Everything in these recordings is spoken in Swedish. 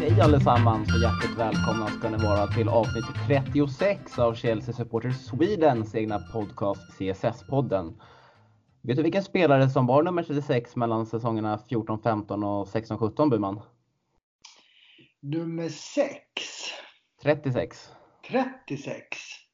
Hej allesammans och hjärtligt välkomna ska ni vara till avsnitt 36 av Chelsea Supporters Swedens egna podcast CSS-podden. Vet du vilken spelare som var nummer 36 mellan säsongerna 14-15 och 16-17, Buman? Nummer 6? 36. 36?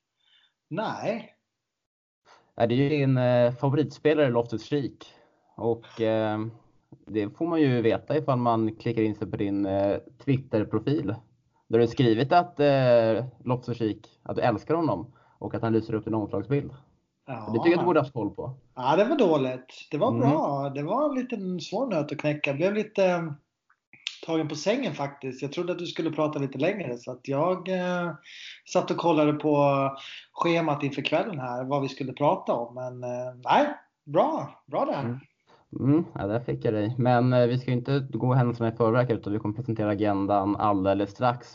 Nej. Det är ju din favoritspelare Loftus-Cheek. Och det får man ju veta ifall man klickar in sig på din Twitter-profil. Där du skrivit att Loftus-Cheek, att du älskar honom och att han lyser upp en omslagsbild. Ja, Det tycker jag du borde ha koll på. Ja, det var dåligt. Det var bra. Det var en liten svår nöt att knäcka. Jag blev lite tagen på sängen faktiskt. Jag trodde att du skulle prata lite längre. Så att jag satt och kollade på schemat inför kvällen här. Vad vi skulle prata om. Men nej, bra. Bra där. Ja, där fick jag dig. Men vi ska ju inte gå händelserna i förväg utan vi kommer presentera agendan alldeles strax.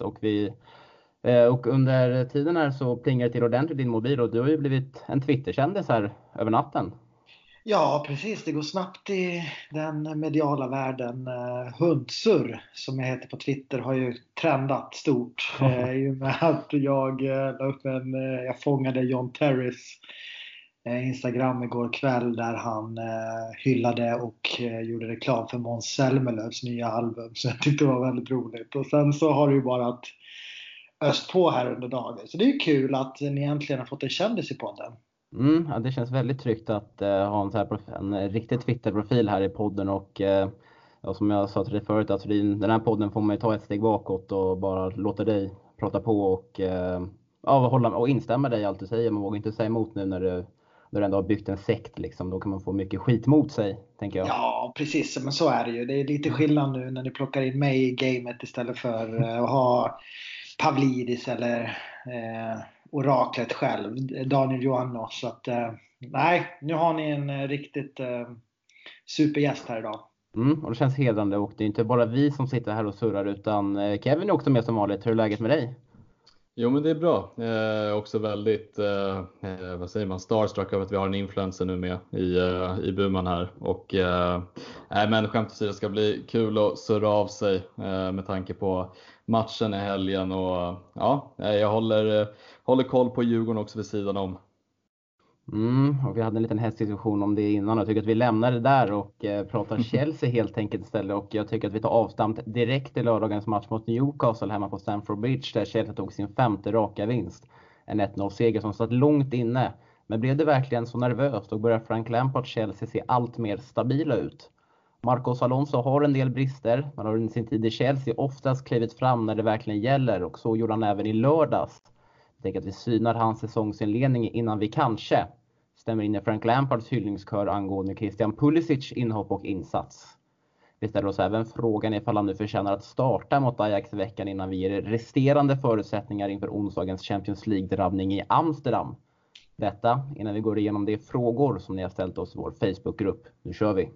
Och under tiden här så plingar det till ordentligt din mobil och du har ju blivit en Twitter-kändis här över natten. Ja, precis. Det går snabbt i den mediala världen. Hundsur, som jag heter på Twitter, har ju trendat stort. I och med att jag la upp jag fångade John Terrys Instagram igår kväll där han hyllade och gjorde reklam för Måns Zelmerlöws nya album. Så jag tyckte det var väldigt roligt. Och sen så har det ju bara öst på här under dagen. Så det är ju kul att ni äntligen har fått en kändis i podden. Ja, det känns väldigt tryggt att ha en riktig Twitter-profil här i podden och som jag sa till dig förut, alltså den här podden får man ju ta ett steg bakåt och bara låta dig prata på och instämma dig i allt du säger. Man vågar inte säga emot nu när du ändå har byggt en sekt liksom. Då kan man få mycket skit mot sig, tänker jag. Ja, precis. Men så är det ju. Det är lite skillnad nu när ni plockar in mig i gamet istället för att ha Pavlidis eller oraklet själv, Daniel Johanno. Så att nej, nu har ni en riktigt supergäst här idag. Och det känns hedrande och det är inte bara vi som sitter här och surrar utan Kevin är också med som vanligt. Hur är läget med dig? Jo, men det är bra. Också väldigt, vad säger man, starstruck av att vi har en influencer nu med i Buman här. Och men skämt åsido, det ska bli kul att surra av sig med tanke på matchen i helgen. Och ja, jag håller koll på Djurgården också vid sidan om. Och vi hade en liten hästdiskussion om det innan. Jag tycker att vi lämnar det där och pratar Chelsea helt enkelt istället. Och jag tycker att vi tar avstamp direkt i lördagens match mot Newcastle hemma på Stamford Bridge. Där Chelsea tog sin 5:e raka vinst. En 1-0-seger som satt långt inne. Men blev det verkligen så nervöst och börjar Frank Lampard Chelsea se allt mer stabila ut? Marcos Alonso har en del brister. Man har under sin tid i Chelsea oftast klivit fram när det verkligen gäller. Och så gjorde han även i lördags. Jag tänker att vi synar hans säsongsinledning innan vi kanske stämmer in i Frank Lampards hyllningskör angående Christian Pulisic inhopp och insats. Vi ställer oss även frågan ifall han nu förtjänar att starta mot Ajax veckan innan vi ger resterande förutsättningar inför onsdagens Champions League-drabbning i Amsterdam. Detta innan vi går igenom de frågor som ni har ställt oss i vår Facebookgrupp. Nu kör vi!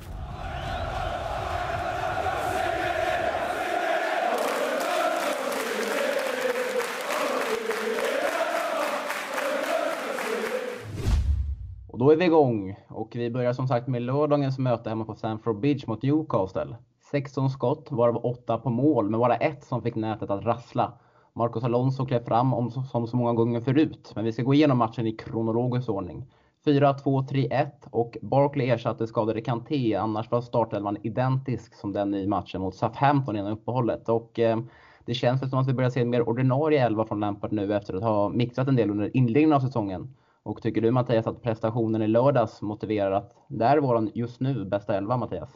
Och då är vi igång och vi börjar som sagt med lördagens möte hemma på Stamford Bridge mot Newcastle. 16 skott, varav 8 på mål, men bara ett som fick nätet att rassla. Marcos Alonso klev fram som så många gånger förut, men vi ska gå igenom matchen i kronologisk ordning. 4-2-3-1 och Barkley ersatte skadade Kanté, annars var startelvan identisk som den i matchen mot Southampton innan uppehållet. Och det känns som att vi börjar se en mer ordinarie elva från Lampard nu efter att ha mixat en del under inledningen av säsongen. Och tycker du, Mattias, att prestationen i lördags motiverar att det är våran just nu bästa elva, Mattias?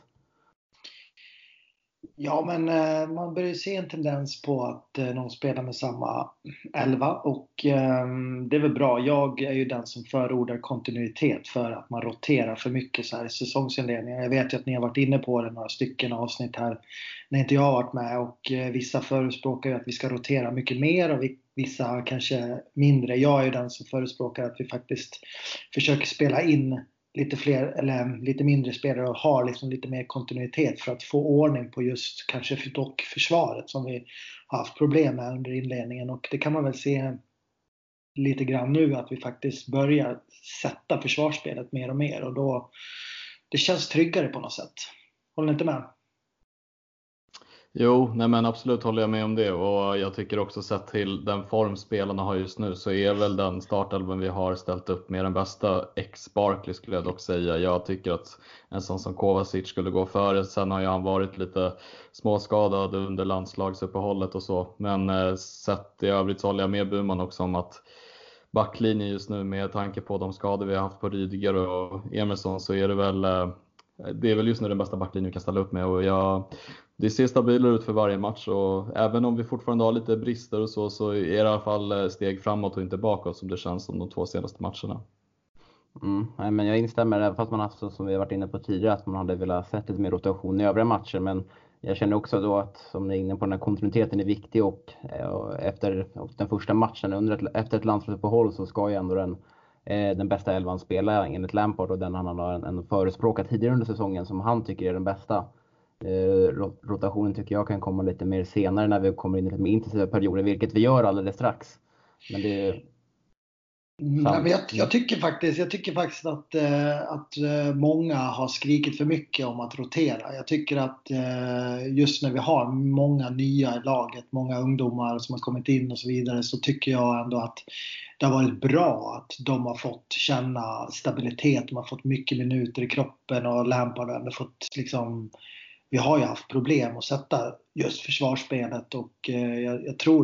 Ja, men man börjar se en tendens på att de spelar med samma elva och det är väl bra. Jag är ju den som förordar kontinuitet för att man roterar för mycket så här i säsongsinledningen. Jag vet ju att ni har varit inne på det några stycken avsnitt här när inte jag har varit med och vissa förespråkar ju att vi ska rotera mycket mer och vissa kanske mindre. Jag är ju den som förespråkar att vi faktiskt försöker spela in lite fler eller lite mindre spelare och har liksom lite mer kontinuitet för att få ordning på just kanske dock försvaret som vi har haft problem med under inledningen. Och det kan man väl se lite grann nu att vi faktiskt börjar sätta försvarsspelet mer och mer och då det känns tryggare på något sätt. Håller ni inte med? Jo, nej men absolut håller jag med om det, och jag tycker också sett till den form spelarna har just nu så är väl den startelvan vi har ställt upp med den bästa ex-Barkley skulle jag dock säga. Jag tycker att en sån som Kovacic skulle gå före. Sen har ju han varit lite småskadad under landslagsuppehållet och så, men sett i övrigt så håller jag med Burman också om att backlinjen just nu med tanke på de skador vi har haft på Rydiger och Emerson så är det är väl just nu den bästa backlinjen vi kan ställa upp med, och det ser stabilare ut för varje match, och även om vi fortfarande har lite brister och så är det i alla fall steg framåt och inte bakåt som det känns som de 2 senaste matcherna. Nej, men jag instämmer, även fast man haft, som vi har varit inne på tidigare, att man hade velat sett lite mer rotation i övriga matcher. Men jag känner också då att, som ni är inne på, den här kontinuiteten är viktig, och efter den första matchen efter ett landslagsuppehåll så ska ju ändå den bästa elvan spela enligt Lampard, och den han har en förespråkat tidigare under säsongen som han tycker är den bästa. Rotationen tycker jag kan komma lite mer senare när vi kommer in i lite mer intensiva perioder, vilket vi gör alldeles strax. Men det Nej, men jag tycker faktiskt att många har skrikit för mycket om att rotera. Jag tycker att just när vi har många nya i laget, många ungdomar som har kommit in och så vidare, så tycker jag ändå att det har varit bra att de har fått känna stabilitet, de har fått mycket minuter i kroppen, och Lampard har ändå fått liksom, vi har ju haft problem att sätta just försvarsspelet, och jag tror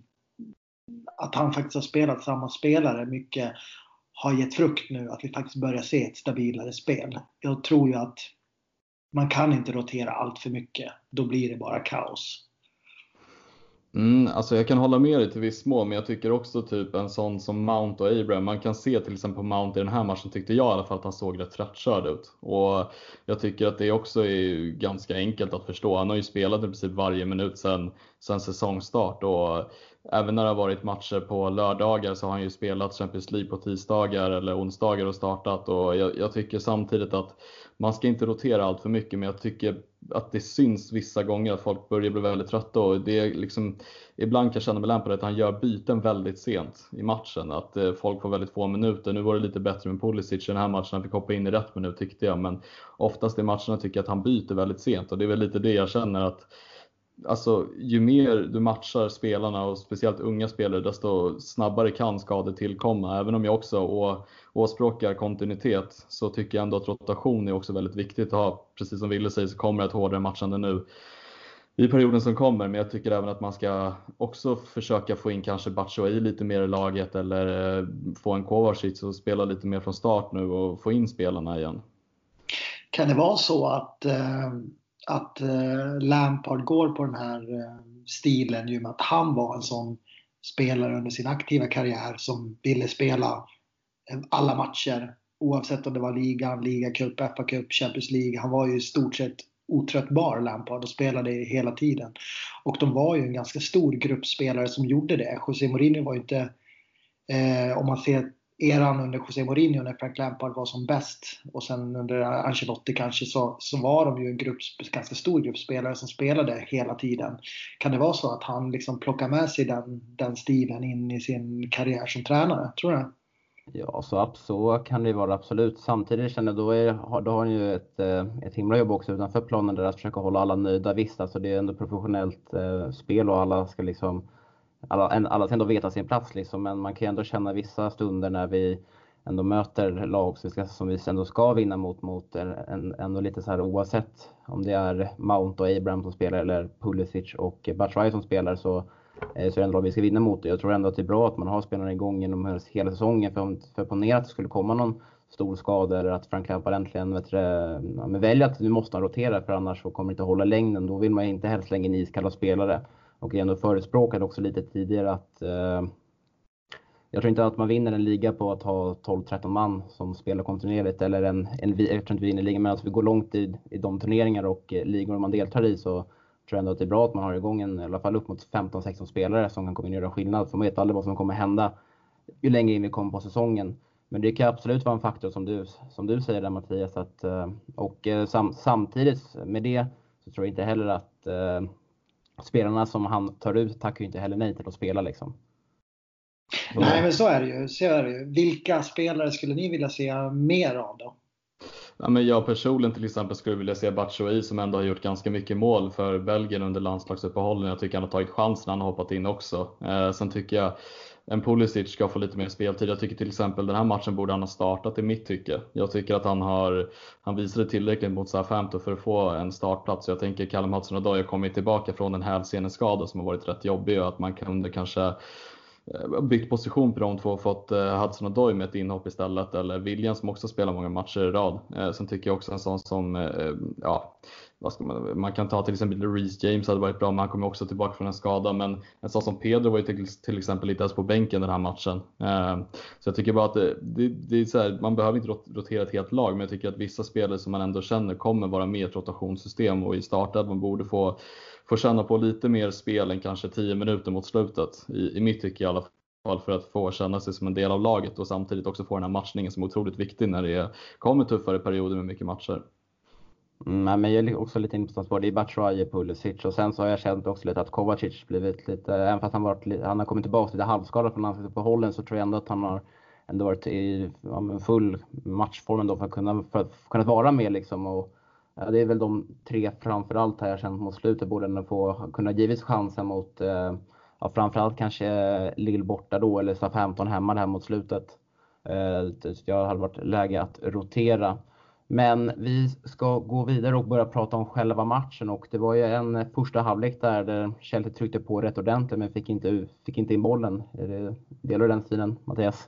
att han faktiskt har spelat samma spelare mycket har gett frukt nu, att vi faktiskt börjar se ett stabilare spel. Jag tror ju att man kan inte rotera allt för mycket, då blir det bara kaos. Alltså jag kan hålla med dig till viss mån, men jag tycker också typ en sån som Mount och Abraham, man kan se till exempel på Mount i den här matchen tyckte jag i alla fall att han såg rätt tröttkörd ut, och jag tycker att det också är ganska enkelt att förstå. Han har ju spelat i princip varje minut sen säsongstart, och även när det har varit matcher på lördagar så har han ju spelat Champions League på tisdagar eller onsdagar och startat, och jag tycker samtidigt att man ska inte rotera allt för mycket, men jag tycker att det syns vissa gånger att folk börjar bli väldigt trötta, och det är liksom, ibland kan jag känna med Lampard att han gör byten väldigt sent i matchen, att folk får väldigt få minuter. Nu var det lite bättre med Pulisic i den här matchen, han fick hoppa in i rätt minut tyckte jag, men oftast i matcherna tycker jag att han byter väldigt sent, och det är väl lite det jag känner att alltså, ju mer du matchar spelarna och speciellt unga spelare, desto snabbare kan skador tillkomma. Även om jag också åspråkar kontinuitet, så tycker jag ändå att rotation är också väldigt viktigt att ha. Precis som Ville säger så kommer det ett hårdare matchande nu i perioden som kommer, men jag tycker även att man ska också försöka få in kanske Batshuayi lite mer i laget, eller få en Kovacic och spela lite mer från start nu och få in spelarna igen. Kan det vara så att Lampard går på den här stilen ju med att han var en sån spelare under sin aktiva karriär som ville spela alla matcher oavsett om det var ligan, ligacup, FA-cup, Champions League. Han var ju i stort sett otröttbar, Lampard, och spelade hela tiden. Och de var ju en ganska stor grupp spelare som gjorde det. José Mourinho var ju inte, om man ser eran under José Mourinho när Frank Lampard var som bäst, och sen under Ancelotti kanske, så var de ju en ganska stor grupp spelare som spelade hela tiden. Kan det vara så att han liksom plockar med sig den stilen in i sin karriär som tränare, tror du? Ja, så kan det vara absolut. Samtidigt känner jag då har han ju ett himla jobb också utanför planen, där att försöka hålla alla nöjda. Visst, alltså det är ändå professionellt spel, och alla ska liksom alla ska ändå veta sin plats liksom, men man kan ju ändå känna vissa stunder när vi ändå möter lag som vi ändå ska vinna mot ändå lite så här, oavsett om det är Mount och Abraham som spelar eller Pulisic och Batshuayi som spelar, så är det ändå vi ska vinna mot. Jag tror ändå att det är bra att man har spelarna igång genom hela säsongen, för ponera att det skulle komma någon stor skada, eller att Frank Lampard äntligen väljer att nu måste han rotera, för annars så kommer det inte hålla längden. Då vill man inte helst slänga in iskalla spelare. Och jag ändå förespråkade också lite tidigare att jag tror inte att man vinner en liga på att ha 12-13 man som spelar kontinuerligt, eller jag tror inte vi vinner ligan, men alltså vi går långt i de turneringar och ligor man deltar i, så tror jag ändå att det är bra att man har igång i alla fall upp mot 15-16 spelare som kan komma in och göra skillnad, för man vet aldrig vad som kommer hända ju längre in vi kommer på säsongen. Men det kan absolut vara en faktor som du säger där, Mattias, att, och samtidigt med det så tror jag inte heller att spelarna som han tar ut tackar ju inte heller nej till att spela liksom. Nej, men så är det ju. Vilka spelare skulle ni vilja se mer av då? Ja, men jag personligen till exempel skulle vilja se Batshuayi som ändå har gjort ganska mycket mål för Belgien under landslagsuppehållen. Jag tycker han har tagit chansen, han har hoppat in också. Sen tycker jag en Pulisic ska få lite mer speltid. Jag tycker till exempel den här matchen borde han ha startat i mitt tycke. Jag tycker att han visade tillräckligt mot Southampton för att få en startplats. Jag tänker Callum Hudson-Odoi har kommit tillbaka från en hälseneskada som har varit rätt jobbig, och att man kunde kanske byggt position på de två och fått Hudson-Odoi med ett inhopp istället, eller William som också spelar många matcher i rad. Sen tycker jag också en sån som man kan ta till exempel Reece James hade varit bra, men han kommer också tillbaka från en skada. Men en sån som Pedro var ju till exempel lite ens på bänken den här matchen. Så jag tycker bara att det är så här, man behöver inte rotera ett helt lag, men jag tycker att vissa spelare som man ändå känner kommer vara med i ett rotationssystem, och i starten man borde få känna på lite mer spel än kanske 10 minuter mot slutet, i mitt tycke i alla fall, för att få känna sig som en del av laget och samtidigt också få den här matchningen som är otroligt viktig när det kommer tuffare perioder med mycket matcher. Men jag är också lite intressant på det i Batshuayi, Pulisic, och sen så har jag känt också lite att Kovacic blivit lite, även fast han har kommit tillbaka lite halvskadad från landslagsuppehållen, så tror jag ändå att han har ändå varit i full matchform då för att kunna vara med liksom. Och ja, det är väl de tre framförallt här jag känt mot slutet borde ändå kunna givits chansen mot framförallt kanske Lille borta då, eller Southampton hemma här mot slutet. Jag hade varit läge att rotera. Men vi ska gå vidare och börja prata om själva matchen, och det var ju en första halvlek där Chelsea tryckte på rätt ordentligt men fick inte in bollen. Delar du den stilen, Mattias?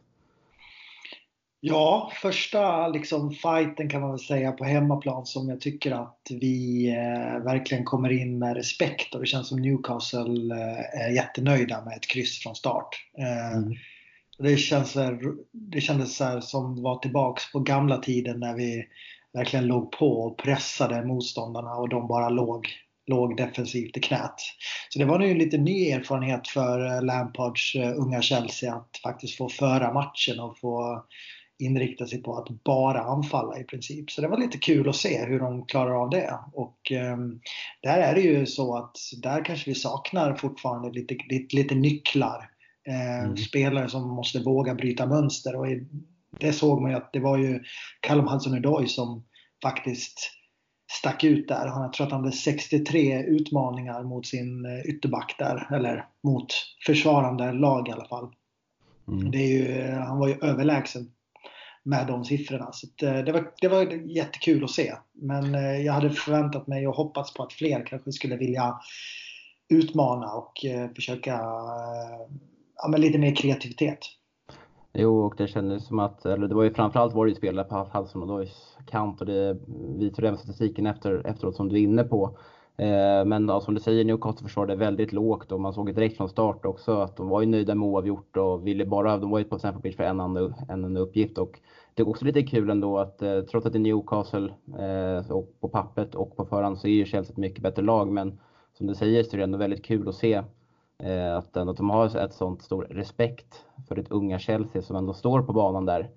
Ja, första fighten kan man väl säga på hemmaplan som jag tycker att vi verkligen kommer in med respekt, och det känns som Newcastle är jättenöjda med ett kryss från start. Det kändes så här som var tillbaks på gamla tiden när vi verkligen låg på och pressade motståndarna och de bara låg defensivt i knät. Så det var nu en lite ny erfarenhet för Lampards unga Chelsea att faktiskt få föra matchen och få inrikta sig på att bara anfalla i princip. Så det var lite kul att se hur de klarar av det. Och där är det ju så att där kanske vi saknar fortfarande lite nycklar. Spelare som måste våga bryta mönster, och det såg man ju att det var ju Callum Hudson-Odoi som faktiskt stack ut där. Jag tror att han hade 63 utmaningar mot sin ytterback där, eller mot försvarande lag i alla fall. Han var ju överlägsen med de siffrorna, så det var jättekul att se. Men jag hade förväntat mig och hoppats på att fler kanske skulle vilja utmana och försöka med lite mer kreativitet. Jo, och det kändes som att, eller det var ju framförallt var det spelare på Hudson-Odois kant, och vi tog även statistiken efteråt som du är inne på. Men som du säger, Newcastle försvarade väldigt lågt, och man såg direkt från start också att de var ju nöjda med oavgjort och de var ju på Stamford Bridge för en uppgift. Och det är också lite kul ändå att trots att det är Newcastle och på pappret och på förhand så är ju Chelsea ett mycket bättre lag, men som du säger så är det ändå väldigt kul att se att de har ett sånt stor respekt för ett unga Chelsea som ändå står på banan där.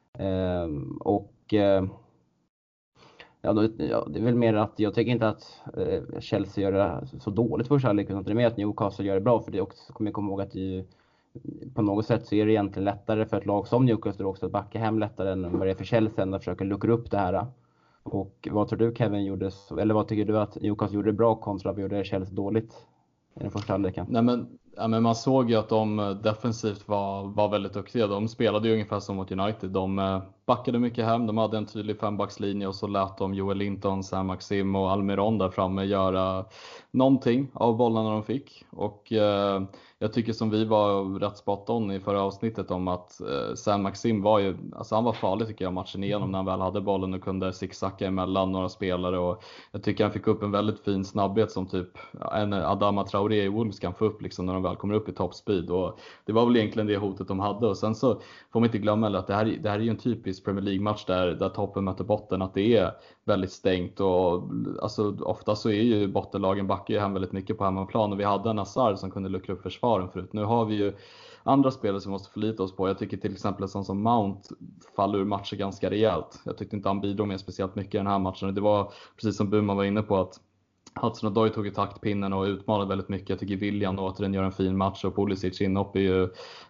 Det är väl mer att jag tycker inte att Chelsea gör det så dåligt första halvlek, utan det är mer att Newcastle gör det bra, för det också kommer jag komma ihåg att på något sätt så är det egentligen lättare för ett lag som Newcastle också att backa hem lättare än vad det är för Chelsea att försöka luckra upp det här. Och vad tror du Kevin eller vad tycker du att Newcastle gjorde bra kontra vad gjorde Chelsea dåligt i den första halvleken? Men man såg ju att de defensivt var väldigt duktiga. De spelade ju ungefär som mot United. De backade mycket hem. De hade en tydlig fembackslinje, och så lät de Joel Linton, Sam Maxim och Almiron där framme göra någonting av bollarna de fick. Och jag tycker som vi var rätt spot on i förra avsnittet om att Sam Maxim han var farlig tycker jag matchen igenom när han väl hade bollen och kunde zigzacka emellan några spelare, och jag tycker han fick upp en väldigt fin snabbhet som typ en Adama Traoré i Wolves kan få upp liksom när de väl kommer upp i toppspeed, och det var väl egentligen det hotet de hade. Och sen så får man inte glömma att det här är ju en typisk Premier League-match där toppen möter botten, att det är väldigt stängt, och alltså, ofta så är ju bottenlagen backar ju hem väldigt mycket på hemmaplan, och vi hade en Hazard som kunde luckra upp försvaren förut. Nu har vi ju andra spelare som vi måste förlita oss på. Jag tycker till exempel en sån som Mount faller ur matcher ganska rejält. Jag tyckte inte han bidrog med speciellt mycket i den här matchen. Det var precis som Buma var inne på att Hudson-Odoi tog i taktpinnen och utmanade väldigt mycket. Jag tycker William återigen gör en fin match, och Pulisic inhopp är ju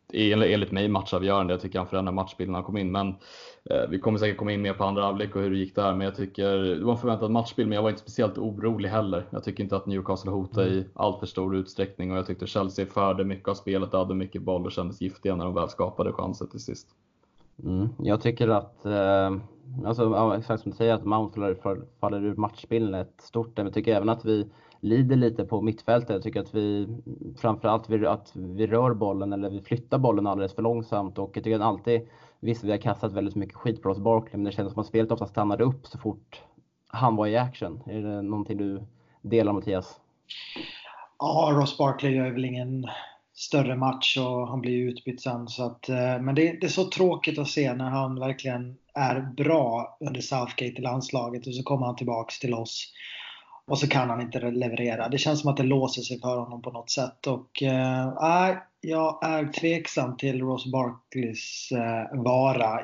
enligt mig matchavgörande. Jag tycker han förändrar matchbilden när han kom in. Men vi kommer säkert komma in mer på andra halvlek och hur det gick där. Men jag tycker det var en förväntad matchbild, men jag var inte speciellt orolig heller. Jag tycker inte att Newcastle hotade i allt för stor utsträckning. Och jag tyckte Chelsea förde mycket av spelet, hade mycket boll och kändes giftiga när de väl skapade chanser till sist. Jag tycker att, exakt som du säger, att Mount faller ur matchbilden ett stort. Men jag tycker även att vi lider lite på mittfältet. Jag tycker att vi framförallt att vi rör bollen eller vi flyttar bollen alldeles för långsamt. Och jag tycker att alltid, visst vi har kastat väldigt mycket skit på Ross Barkley, men det känns som att spelet ofta stannade upp så fort han var i action. Är det någonting du delar, Mattias? Ja, Ross Barkley gör väl ingen större match och han blir ju utbytt sen. Så att, men det är så tråkigt att se när han verkligen är bra under Southgate i landslaget och så kommer han tillbaks till oss. Och så kan han inte leverera. Det känns som att det låser sig för honom på något sätt. Och jag är tveksam till Ross Barkleys vara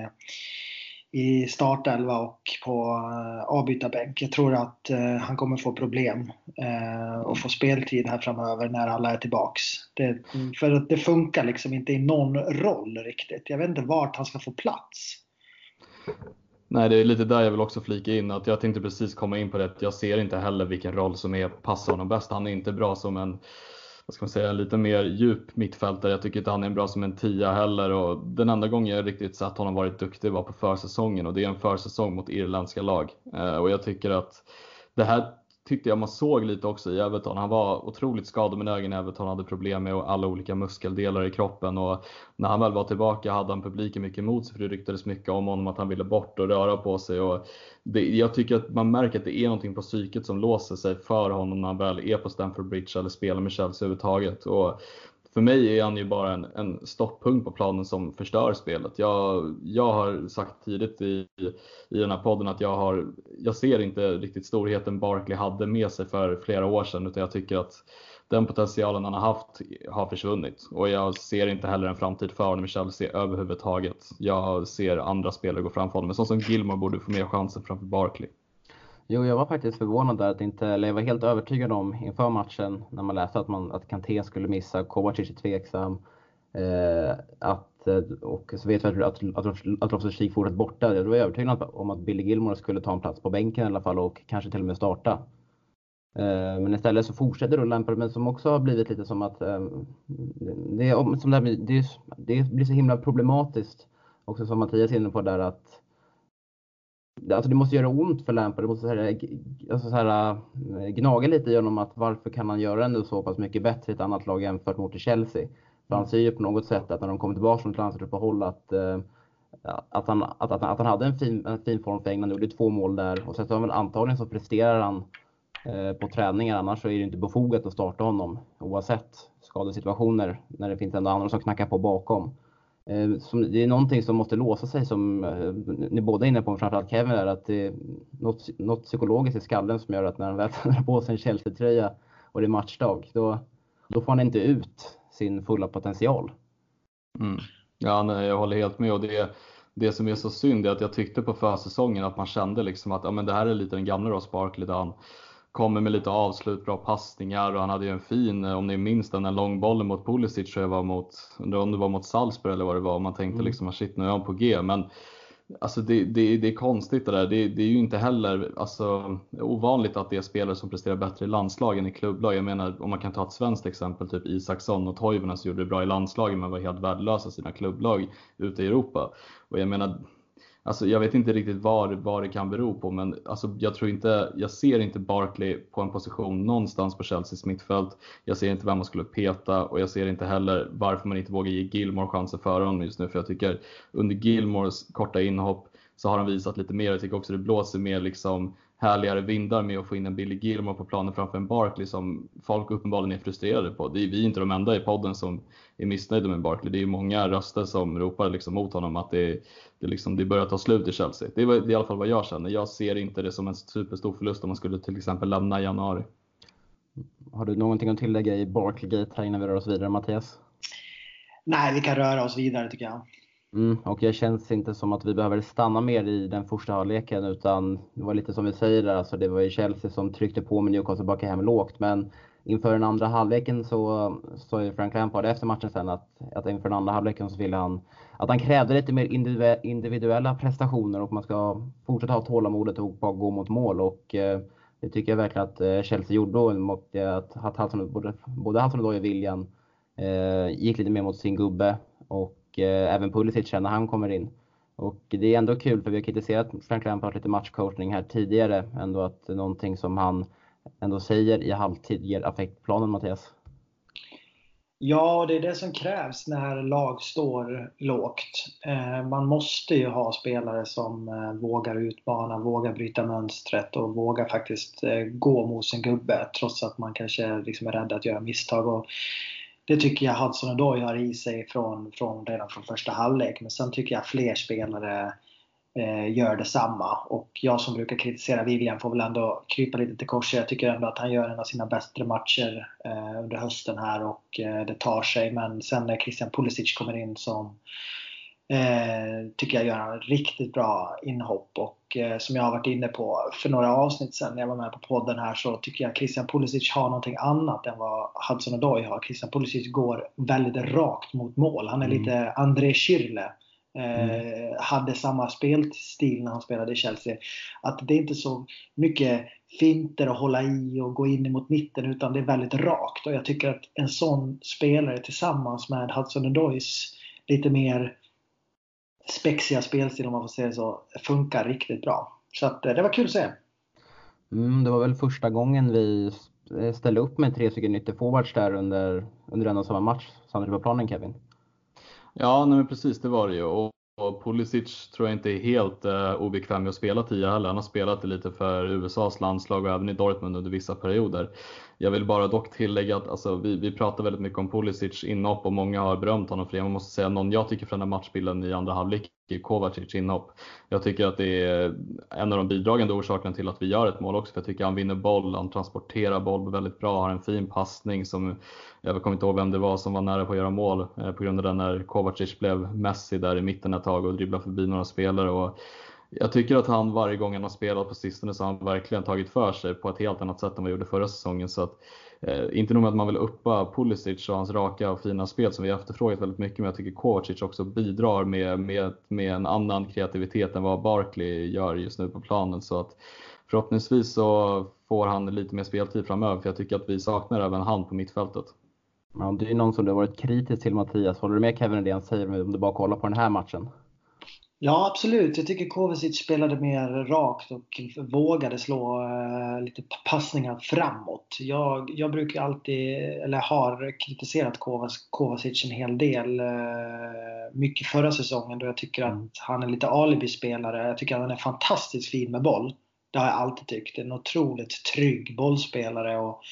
i startelva och på avbytarbänk. Jag tror att han kommer få problem och få speltid här framöver när alla är tillbaks. För att det funkar liksom inte i någon roll riktigt. Jag vet inte vart han ska få plats. Nej, det är lite där jag vill också flika in att jag tänkte precis komma in på det. Jag ser inte heller vilken roll som passar honom bäst. Han är inte bra som en, vad ska man säga, lite mer djup mittfältare. Jag tycker inte han är bra som en 10 heller. Och den enda gången jag riktigt sett honom varit duktig var på försäsongen. Och det är en försäsong mot irländska lag. Och jag tycker att det här tyckte jag man såg lite också i Everton. Han var otroligt skadebenägen i Everton, hade problem med alla olika muskeldelar i kroppen. Och när han väl var tillbaka hade han publiken mycket emot sig, för det ryktades mycket om honom att han ville bort och röra på sig. Och jag tycker att man märker att det är någonting på psyket som låser sig för honom när han väl är på Stamford Bridge eller spelar med Chelsea överhuvudtaget. Och för mig är han ju bara en stopppunkt på planen som förstör spelet. Jag har sagt tidigt i den här podden att jag ser inte riktigt storheten Barkley hade med sig för flera år sedan, utan jag tycker att den potentialen han har haft har försvunnit. Och jag ser inte heller en framtid för honom i Chelsea överhuvudtaget. Jag ser andra spelare gå framför honom, men sånt som Gilmore borde få mer chanser framför Barkley. Jo, jag var faktiskt förvånad där att inte, eller jag var helt övertygad om inför matchen när man läste att Kanté skulle missa, Kovacic är tveksam, och så vet vi att Loftus-Cheek fortsatt borta. Jag var övertygad om att Billy Gilmore skulle ta en plats på bänken i alla fall och kanske till och med starta. Men istället så fortsätter Lampard, men som också har blivit lite som att det blir så himla problematiskt också, som Mattias är inne på där, att alltså det måste göra ont för Lampard. Det måste gnaga lite genom att varför kan han göra ändå så pass mycket bättre i ett annat lag jämfört mot Chelsea. För han säger ju på något sätt att när de kommer tillbaka från ett landslagsuppehåll att han hade en fin form för England, gjorde 2 mål där. Och så antagligen så presterar han på träningar, annars så är det inte befogat att starta honom oavsett skadesituationer när det finns ändå andra som knackar på bakom. Det är någonting som måste låsa sig, som ni båda är inne på, framförallt Kevin, är att det är något psykologiskt i skallen som gör att när han väl tar på sig en Chelsea-tröja och det är matchdag, då får han inte ut sin fulla potential. Ja, nej, jag håller helt med, och det som är så synd är att jag tyckte på försäsongen att man kände liksom att men det här är lite den gamla Ross Barkley, där han kommer med lite avslut, bra passningar, och han hade ju en fin, om ni minns den lång bollen mot Pulisic, tror jag om det var mot Salzburg eller vad det var, man tänkte liksom att shit, nu är han på G. Men alltså det är konstigt det där. Det är ju inte heller ovanligt att det är spelare som presterar bättre i landslagen i klubblag. Jag menar, om man kan ta ett svenskt exempel, typ Isaksson och Toivonen, som gjorde det bra i landslagen men var helt värdelösa i sina klubblag ute i Europa. Och jag menar, alltså jag vet inte riktigt vad det kan bero på, men alltså jag ser inte Barkley på en position någonstans på Chelseas mittfält. Jag ser inte vem man skulle peta, och jag ser inte heller varför man inte vågar ge Gilmore chanser för honom just nu. För jag tycker under Gilmores korta inhopp så har han visat lite mer. Jag tycker också det blåser mer liksom härligare vindar med att få in en Billy Gilmore på planen framför en Barkley som folk uppenbarligen är frustrerade på. Det är vi inte de enda i podden som är missnöjda med Barkley. Det är ju många röster som ropar liksom mot honom att det börjar ta slut i Chelsea. Det är i alla fall vad jag känner. Jag ser inte det som en superstor förlust om man skulle till exempel lämna i januari. Har du någonting att tillägga i Barkley-gate här innan vi rör oss vidare, Mattias? Nej, vi kan röra oss vidare tycker jag. Och jag känns inte som att vi behöver stanna mer i den första halvleken, utan det var lite som vi säger där, alltså det var ju Chelsea som tryckte på med Newcastle baka hem lågt, men inför den andra halvleken så sa ju Frank Lampard efter matchen sen att inför den andra halvleken så ville han att han krävde lite mer individuella prestationer och man ska fortsätta ha tålamodet och bara gå mot mål. Och det tycker jag verkligen att Chelsea gjorde och att både Hudson-Odoi och Willian gick lite mer mot sin gubbe och även Pulisic när han kommer in. Och det är ändå kul för vi har kritiserat Frank Lampard lite matchcoachning här tidigare. Ändå att någonting som han ändå säger i halvtid ger affektplanen, Mattias. Ja, det är det som krävs när lag står lågt. Man måste ju ha spelare som vågar utmana, vågar bryta mönstret och vågar faktiskt gå mot sin gubbe trots att man kanske liksom är rädd att göra misstag. Och det tycker jag Hudson-Odoi har i sig redan från första halvlek. Men sen tycker jag fler spelare gör detsamma. Och jag som brukar kritisera William får väl ändå krypa lite till korset. Jag tycker ändå att han gör en av sina bättre matcher under hösten här och det tar sig. Men sen när Christian Pulisic kommer in som tycker jag gör en riktigt bra inhopp. Och som jag har varit inne på för några avsnitt sen när jag var med på podden här så tycker jag Christian Pulisic har någonting annat än vad Hudson-Odoi har. Christian Pulisic går väldigt rakt mot mål. Han är lite André Schürrle. Hade samma spelstil när han spelade i Chelsea. Att det är inte så mycket finter att hålla i och gå in mot mitten utan det är väldigt rakt. Och jag tycker att en sån spelare tillsammans med Hudson-Odois lite mer spexiga spelstil om man får säga det så funkar riktigt bra. Så att, det var kul att se. Det var väl första gången vi ställde upp med 3 stycken ytterforwards där under en och samma match samtidigt på planen, Kevin. Ja, nej, men precis det var det ju. Och Pulisic tror jag inte är helt obekväm med att spela 10 heller. Han har spelat det lite för USAs landslag och även i Dortmund under vissa perioder. Jag vill bara dock tillägga att alltså, vi pratar väldigt mycket om Pulisic inhopp och många har berömt honom för det. Man måste säga någon jag tycker från den här matchbilden i andra halvlek är Kovacic inhopp. Jag tycker att det är en av de bidragande orsakerna till att vi gör ett mål också. För jag tycker han vinner boll, han transporterar boll väldigt bra, har en fin passning som jag kommer inte ihåg vem det var som var nära på att göra mål på grund av den när Kovacic blev Messi där i mitten ett tag och dribblade förbi några spelare. Och jag tycker att han varje gång han har spelat på sistone så har han verkligen tagit för sig på ett helt annat sätt än vad han gjorde förra säsongen. Så att, inte nog med att man vill uppa Pulisic och hans raka och fina spel som vi har efterfrågat väldigt mycket, men jag tycker Kovacic också bidrar med en annan kreativitet än vad Barkley gör just nu på planen. Så att förhoppningsvis så får han lite mer speltid framöver för jag tycker att vi saknar även han på mittfältet. Ja, det är någon som du har varit kritisk till, Mattias. Håller du med Kevin i det han säger om du bara kollar på den här matchen? Ja, absolut. Jag tycker Kovacic spelade mer rakt och vågade slå lite passningar framåt. Jag brukar alltid, eller har kritiserat Kovacic en hel del. Mycket förra säsongen då jag tycker att han är lite alibi-spelare. Jag tycker att han är fantastiskt fin med boll. Det har jag alltid tyckt. En otroligt trygg bollspelare och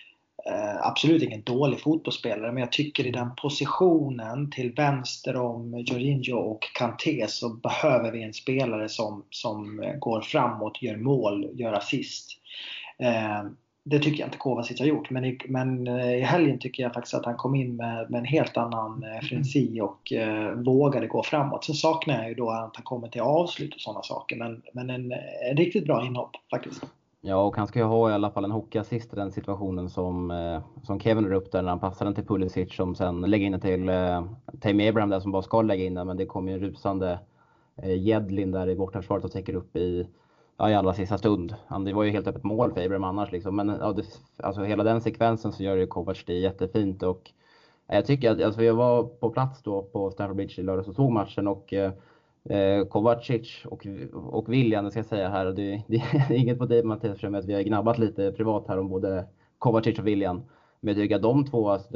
absolut ingen dålig fotbollsspelare, men jag tycker i den positionen till vänster om Jorginho och Kanté så behöver vi en spelare som går framåt, gör mål, gör assist. Det tycker jag inte Kovacic har gjort, men i helgen tycker jag faktiskt att han kom in med en helt annan frenesi och vågade gå framåt. Sen saknar jag ju då att han kommer till avslut och sådana saker, men en riktigt bra inhopp faktiskt. Ja, och han ska ju ha i alla fall en hockeyassist i den situationen som Kevin rör upp där när han passar den till Pulisic som sen lägger in den till Tammy Abraham där som bara ska lägga in den, men det kommer ju en rusande Jedlin där i bortarsvaret och täcker upp i allra sista stund. Det var ju helt öppet mål för Abraham annars liksom, men alltså hela den sekvensen så gör ju Kovac det jättefint och jag tycker att alltså jag var på plats då på Stamford Bridge i lördags och såg matchen och Kovacic och Willian, ska jag säga här, det är inget på dig Mattias, för att vi har gnabbat lite privat här om både Kovacic och Willian, men jag tycker att de två alltså,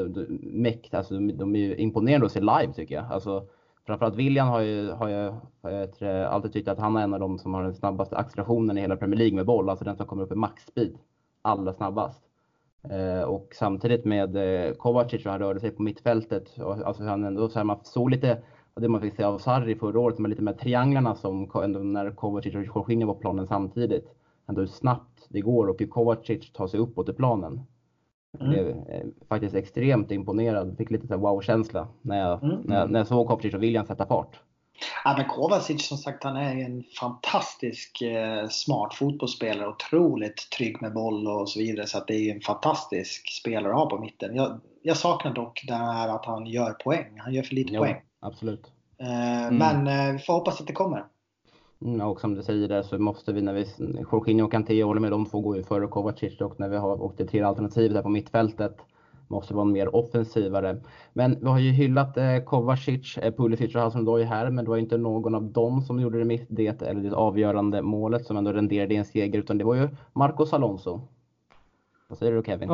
de är ju imponerande att se live tycker jag. Alltså, framförallt Willian har jag alltid tyckt att han är en av de som har den snabbaste accelerationen i hela Premier League med boll, alltså den som kommer upp i maxspeed allra snabbast. Och samtidigt med Kovacic så han rörde sig på mittfältet och alltså han ändå så här, man såg lite det man fick se av Sarri förra året med lite med trianglarna som när Kovacic och Jorginho var på planen samtidigt. Ändå hur snabbt det går och hur Kovacic tar sig uppåt i planen. Jag blev faktiskt extremt imponerad. Fick lite så här wow-känsla när jag såg Kovacic och Willian sätta fart. Ja, men Kovacic, som sagt, han är en fantastisk smart fotbollsspelare. Otroligt trygg med boll och så vidare. Så att det är en fantastisk spelare att ha på mitten. Jag saknar dock det här att han gör poäng. Han gör för lite poäng. Absolut. Men vi får hoppas att det kommer. Och som du säger där så måste vi, när vi Jorginho och Kanté, håller med, de två går ju före Kovacic, och när vi har åkt det 3 alternativet där på mittfältet måste vara en mer offensivare. Men vi har ju hyllat Kovacic, Pulisic och Hudson-Odoi här, men det var inte någon av dem som gjorde det avgörande målet som ändå renderade en seger, utan det var ju Marcos Alonso. Vad säger du, Kevin?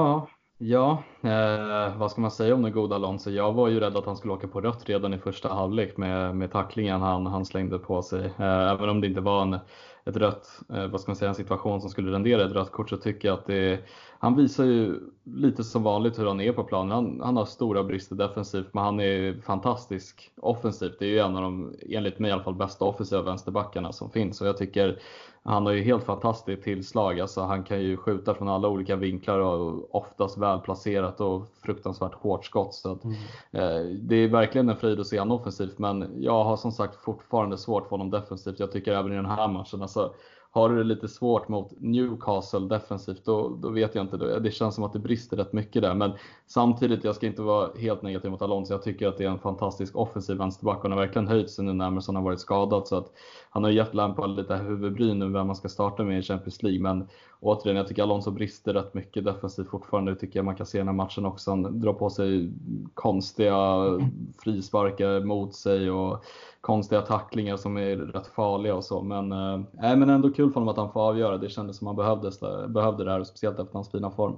Vad ska man säga om den goda Alonso? Jag var ju rädd att han skulle åka på rött redan i första halvlek med tacklingen han slängde på sig. Även om det inte var ett rött, en situation som skulle rendera ett rött kort, så tycker jag att han visar ju lite som vanligt hur han är på planen. Han har stora brister defensivt, men han är fantastisk offensivt. Det är ju en av de, enligt mig i alla fall, bästa offensiva vänsterbackarna som finns. Och jag tycker han har ju helt fantastiskt tillslag. Alltså, han kan ju skjuta från alla olika vinklar och oftast välplacerat och fruktansvärt hårt skott. Så att, det är verkligen en fröjd att se han offensivt, men jag har som sagt fortfarande svårt för honom defensivt. Jag tycker även i den här matchen, alltså, har du det lite svårt mot Newcastle defensivt, då vet jag inte. Det känns som att det brister rätt mycket där. Men samtidigt, jag ska inte vara helt negativ mot Alonso. Jag tycker att det är en fantastisk offensiv vänsterback. Han har verkligen höjt sig nu när Emerson har varit skadad. Så att han har gett Lampard lite huvudbry nu vem man ska starta med i Champions League. Men återigen, jag tycker Alonso brister rätt mycket defensivt fortfarande. Det tycker jag man kan se i den här matchen också. Han drar på sig konstiga frisparkar mot sig och konstiga tacklingar som är rätt farliga och så. Men ändå kul för honom att han får avgöra. Det kändes som han behövde det här, speciellt efter hans fina form.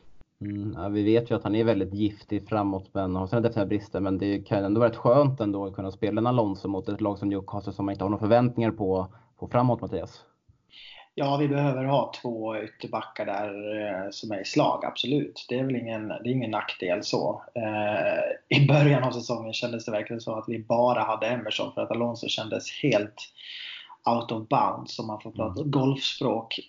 Vi vet ju att han är väldigt giftig framåt, men har sina definitiva brister. Men det kan ändå vara rätt skönt ändå att kunna spela en Alonso mot ett lag som Newcastle som man inte har några förväntningar på framåt, Mattias. Ja, vi behöver ha 2 ytterbackar där som är i slag, absolut. Det är väl ingen nackdel så. I början av säsongen kändes det verkligen så att vi bara hade Emerson, för att Alonso kändes helt out of bounds, som man får prata golfspråk.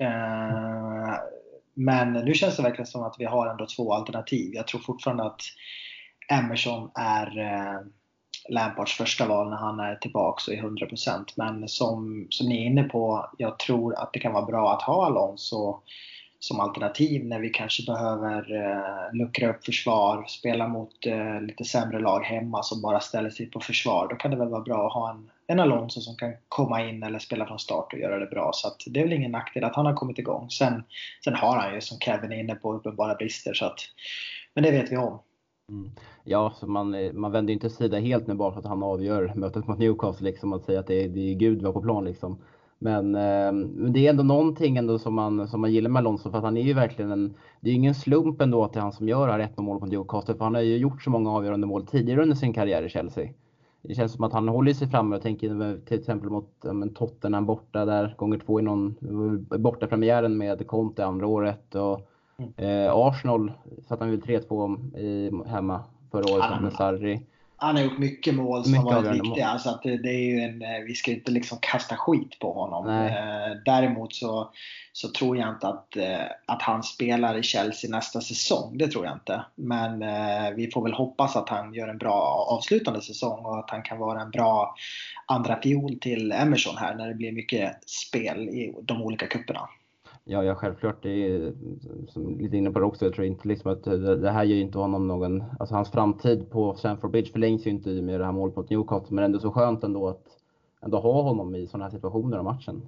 Men nu känns det verkligen som att vi har ändå 2 alternativ. Jag tror fortfarande att Emerson är Lampards första val när han är tillbaka så i 100%. Men som ni är inne på, jag tror att det kan vara bra att ha Alonso som alternativ när vi kanske behöver luckra upp försvar, spela mot lite sämre lag hemma som bara ställer sig på försvar. Då kan det väl vara bra att ha en Alonso som kan komma in eller spela från start och göra det bra. Så att det är väl ingen nackdel att han har kommit igång. Sen har han ju, som Kevin är inne på, uppenbara brister. Så att, men det vet vi om. Ja, så man vänder inte sida helt med bara för att han avgör mötet mot Newcastle liksom, att säga att det är Gud var på plan liksom. Men det är ändå någonting ändå som man gillar med Alonso, för att han är ju verkligen det är ju ingen slump ändå att det är han som gör det här 1-0 mål på Newcastle, för han har ju gjort så många avgörande mål tidigare under sin karriär i Chelsea. Det känns som att han håller sig framme. Jag tänker till exempel mot Tottenham borta där, gånger 2 i någon borta premiären med Conte andra året, och Arsenal satt han väl 3-2 hemma förra året med Sarri. Han har gjort mycket mål som har varit viktiga. Så att det är ju vi ska inte liksom kasta skit på honom. Däremot så tror jag inte att han spelar i Chelsea nästa säsong. Det tror jag inte. Men vi får väl hoppas att han gör en bra avslutande säsong och att han kan vara en bra andra fiol till Emerson här när det blir mycket spel i de olika kupperna. Ja, självklart. Det är som lite inne på det också. Jag tror inte liksom att det här gör ju inte honom någon... Alltså hans framtid på Stamford Bridge förlängs ju inte med det här målet mot Newcastle. Men ändå så skönt ändå att ha honom i sådana här situationer av matchen.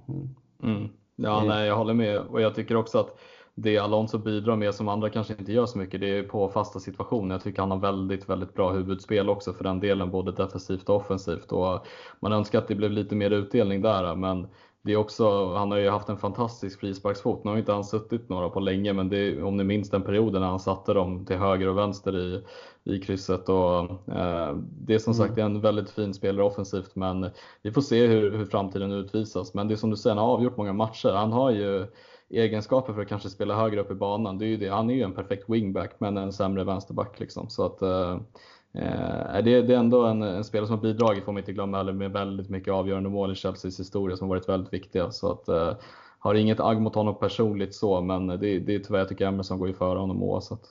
Ja, jag håller med. Och jag tycker också att det Alonso bidrar med som andra kanske inte gör så mycket, det är på fasta situationer. Jag tycker han har väldigt, väldigt bra huvudspel också för den delen, både defensivt och offensivt. Och man önskar att det blev lite mer utdelning där, men det är också, han har ju haft en fantastisk frisparksfot. Nu har inte han suttit några på länge, men om ni minns den perioden när han satte dem till höger och vänster i krysset. Och, det är som sagt en väldigt fin spelare offensivt, men vi får se hur framtiden utvisas. Men det är som du säger, han har avgjort många matcher. Han har ju egenskaper för att kanske spela högre upp i banan. Det är ju det. Han är ju en perfekt wingback, men en sämre vänsterback liksom. Så att... det är ändå en spelare som har bidragit, får man inte glömma heller, med väldigt mycket avgörande mål i Chelseas historia som har varit väldigt viktiga. Så att har inget agg mot honom personligt så, men det är tyvärr, jag tycker Emerson går ju före honom oavsett.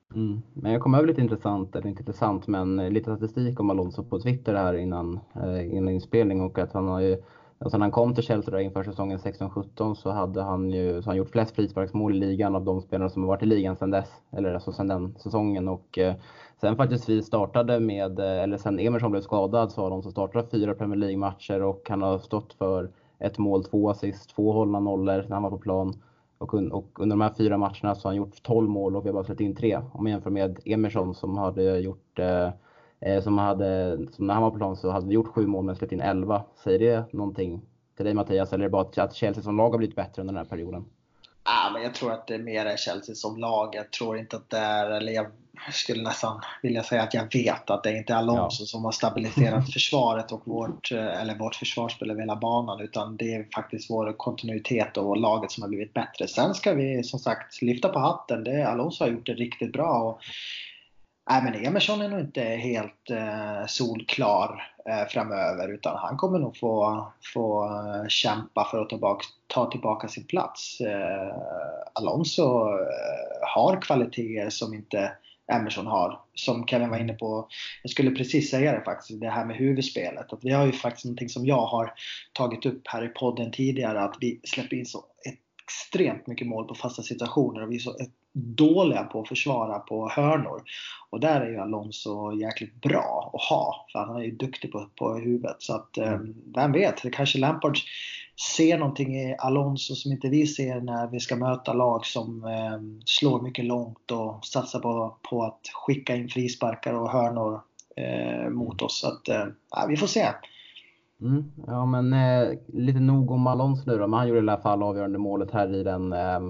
Men jag kom över lite intressant, eller inte intressant, men lite statistik om Alonso på Twitter här innan inspelning, och att han har ju, alltså när han kom till Chelsea där inför säsongen 16-17 så hade han ju så han gjort flest frisparksmål i ligan av de spelare som har varit i ligan sedan dess, eller alltså sedan den säsongen. Och sen faktiskt vi startade med, eller sen Emerson blev skadad så har de så startat 4 Premier League-matcher, och han har stått för 1 mål, 2 assist, 2 hållna nollor när han var på plan. Och under de här 4 matcherna så har han gjort 12 mål och vi har bara släppt in 3. Om man jämför med Emerson som hade gjort, som när han var på plan så hade vi gjort 7 mål men släppt in 11. Säger det någonting till dig, Mattias, eller är det bara att Chelsea som lag har blivit bättre under den här perioden? Men jag tror att det är mer är Chelsea som lag. Jag tror inte att det är, eller jag skulle nästan vilja säga att jag vet att det inte är Alonso som har stabiliserat försvaret och vårt försvarsspel över hela banan, utan det är faktiskt vår kontinuitet och laget som har blivit bättre. Sen ska vi som sagt lyfta på hatten. Alonso har gjort det riktigt bra, och men Emerson är nog inte helt solklar framöver, utan han kommer nog få kämpa för att ta tillbaka sin plats. Alonso har kvaliteter som inte Emerson har, som Kevin var inne på. Jag skulle precis säga det faktiskt, det här med huvudspelet, att vi har ju faktiskt någonting som jag har tagit upp här i podden tidigare, att vi släpper in så extremt mycket mål på fasta situationer, och vi är så dåliga på att försvara på hörnor, och där är ju Alonso jäkligt bra att ha, för han är ju duktig på huvudet. Så att vem vet, det kanske Lampard ser någonting i Alonso som inte vi ser när vi ska möta lag som slår mycket långt och satsar på att skicka in frisparkar och hörnor mot oss. Så att vi får se. Ja, men lite nog om Alonso nu då. Men han gjorde i alla fall avgörande målet här i den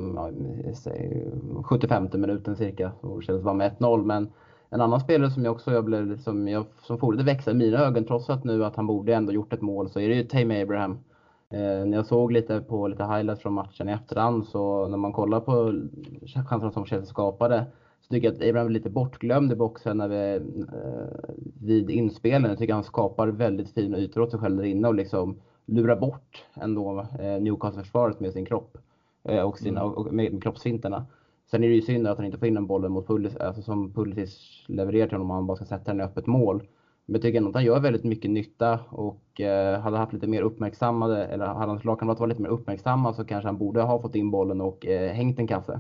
75:e minuten cirka. Och kändes bara med 1-0. Men en annan spelare som fortsatte växa i mina ögon, trots att nu att han borde ändå gjort ett mål, så är det ju Tammy Abraham. När jag såg lite highlights från matchen i efterhand, så när man kollar på chanserna som Chelsea skapade, så tycker jag att Abraham är lite bortglömd i boxen vid inspelen. Jag tycker han skapar väldigt fina ytor åt sig själv där inne och liksom lurar bort ändå Newcastle-försvaret med sin kropp och med kroppsfinterna. Sen är det ju synd att han inte får in en bollen mot Pulisic, alltså som Pulisic levererar till honom, om han bara ska sätta den i öppet mål. Men jag tycker ändå att han gör väldigt mycket nytta, och hade haft lite mer uppmärksammade, eller hade hans lagkamrat varit lite mer uppmärksamma, så kanske han borde ha fått in bollen och hängt en kasse.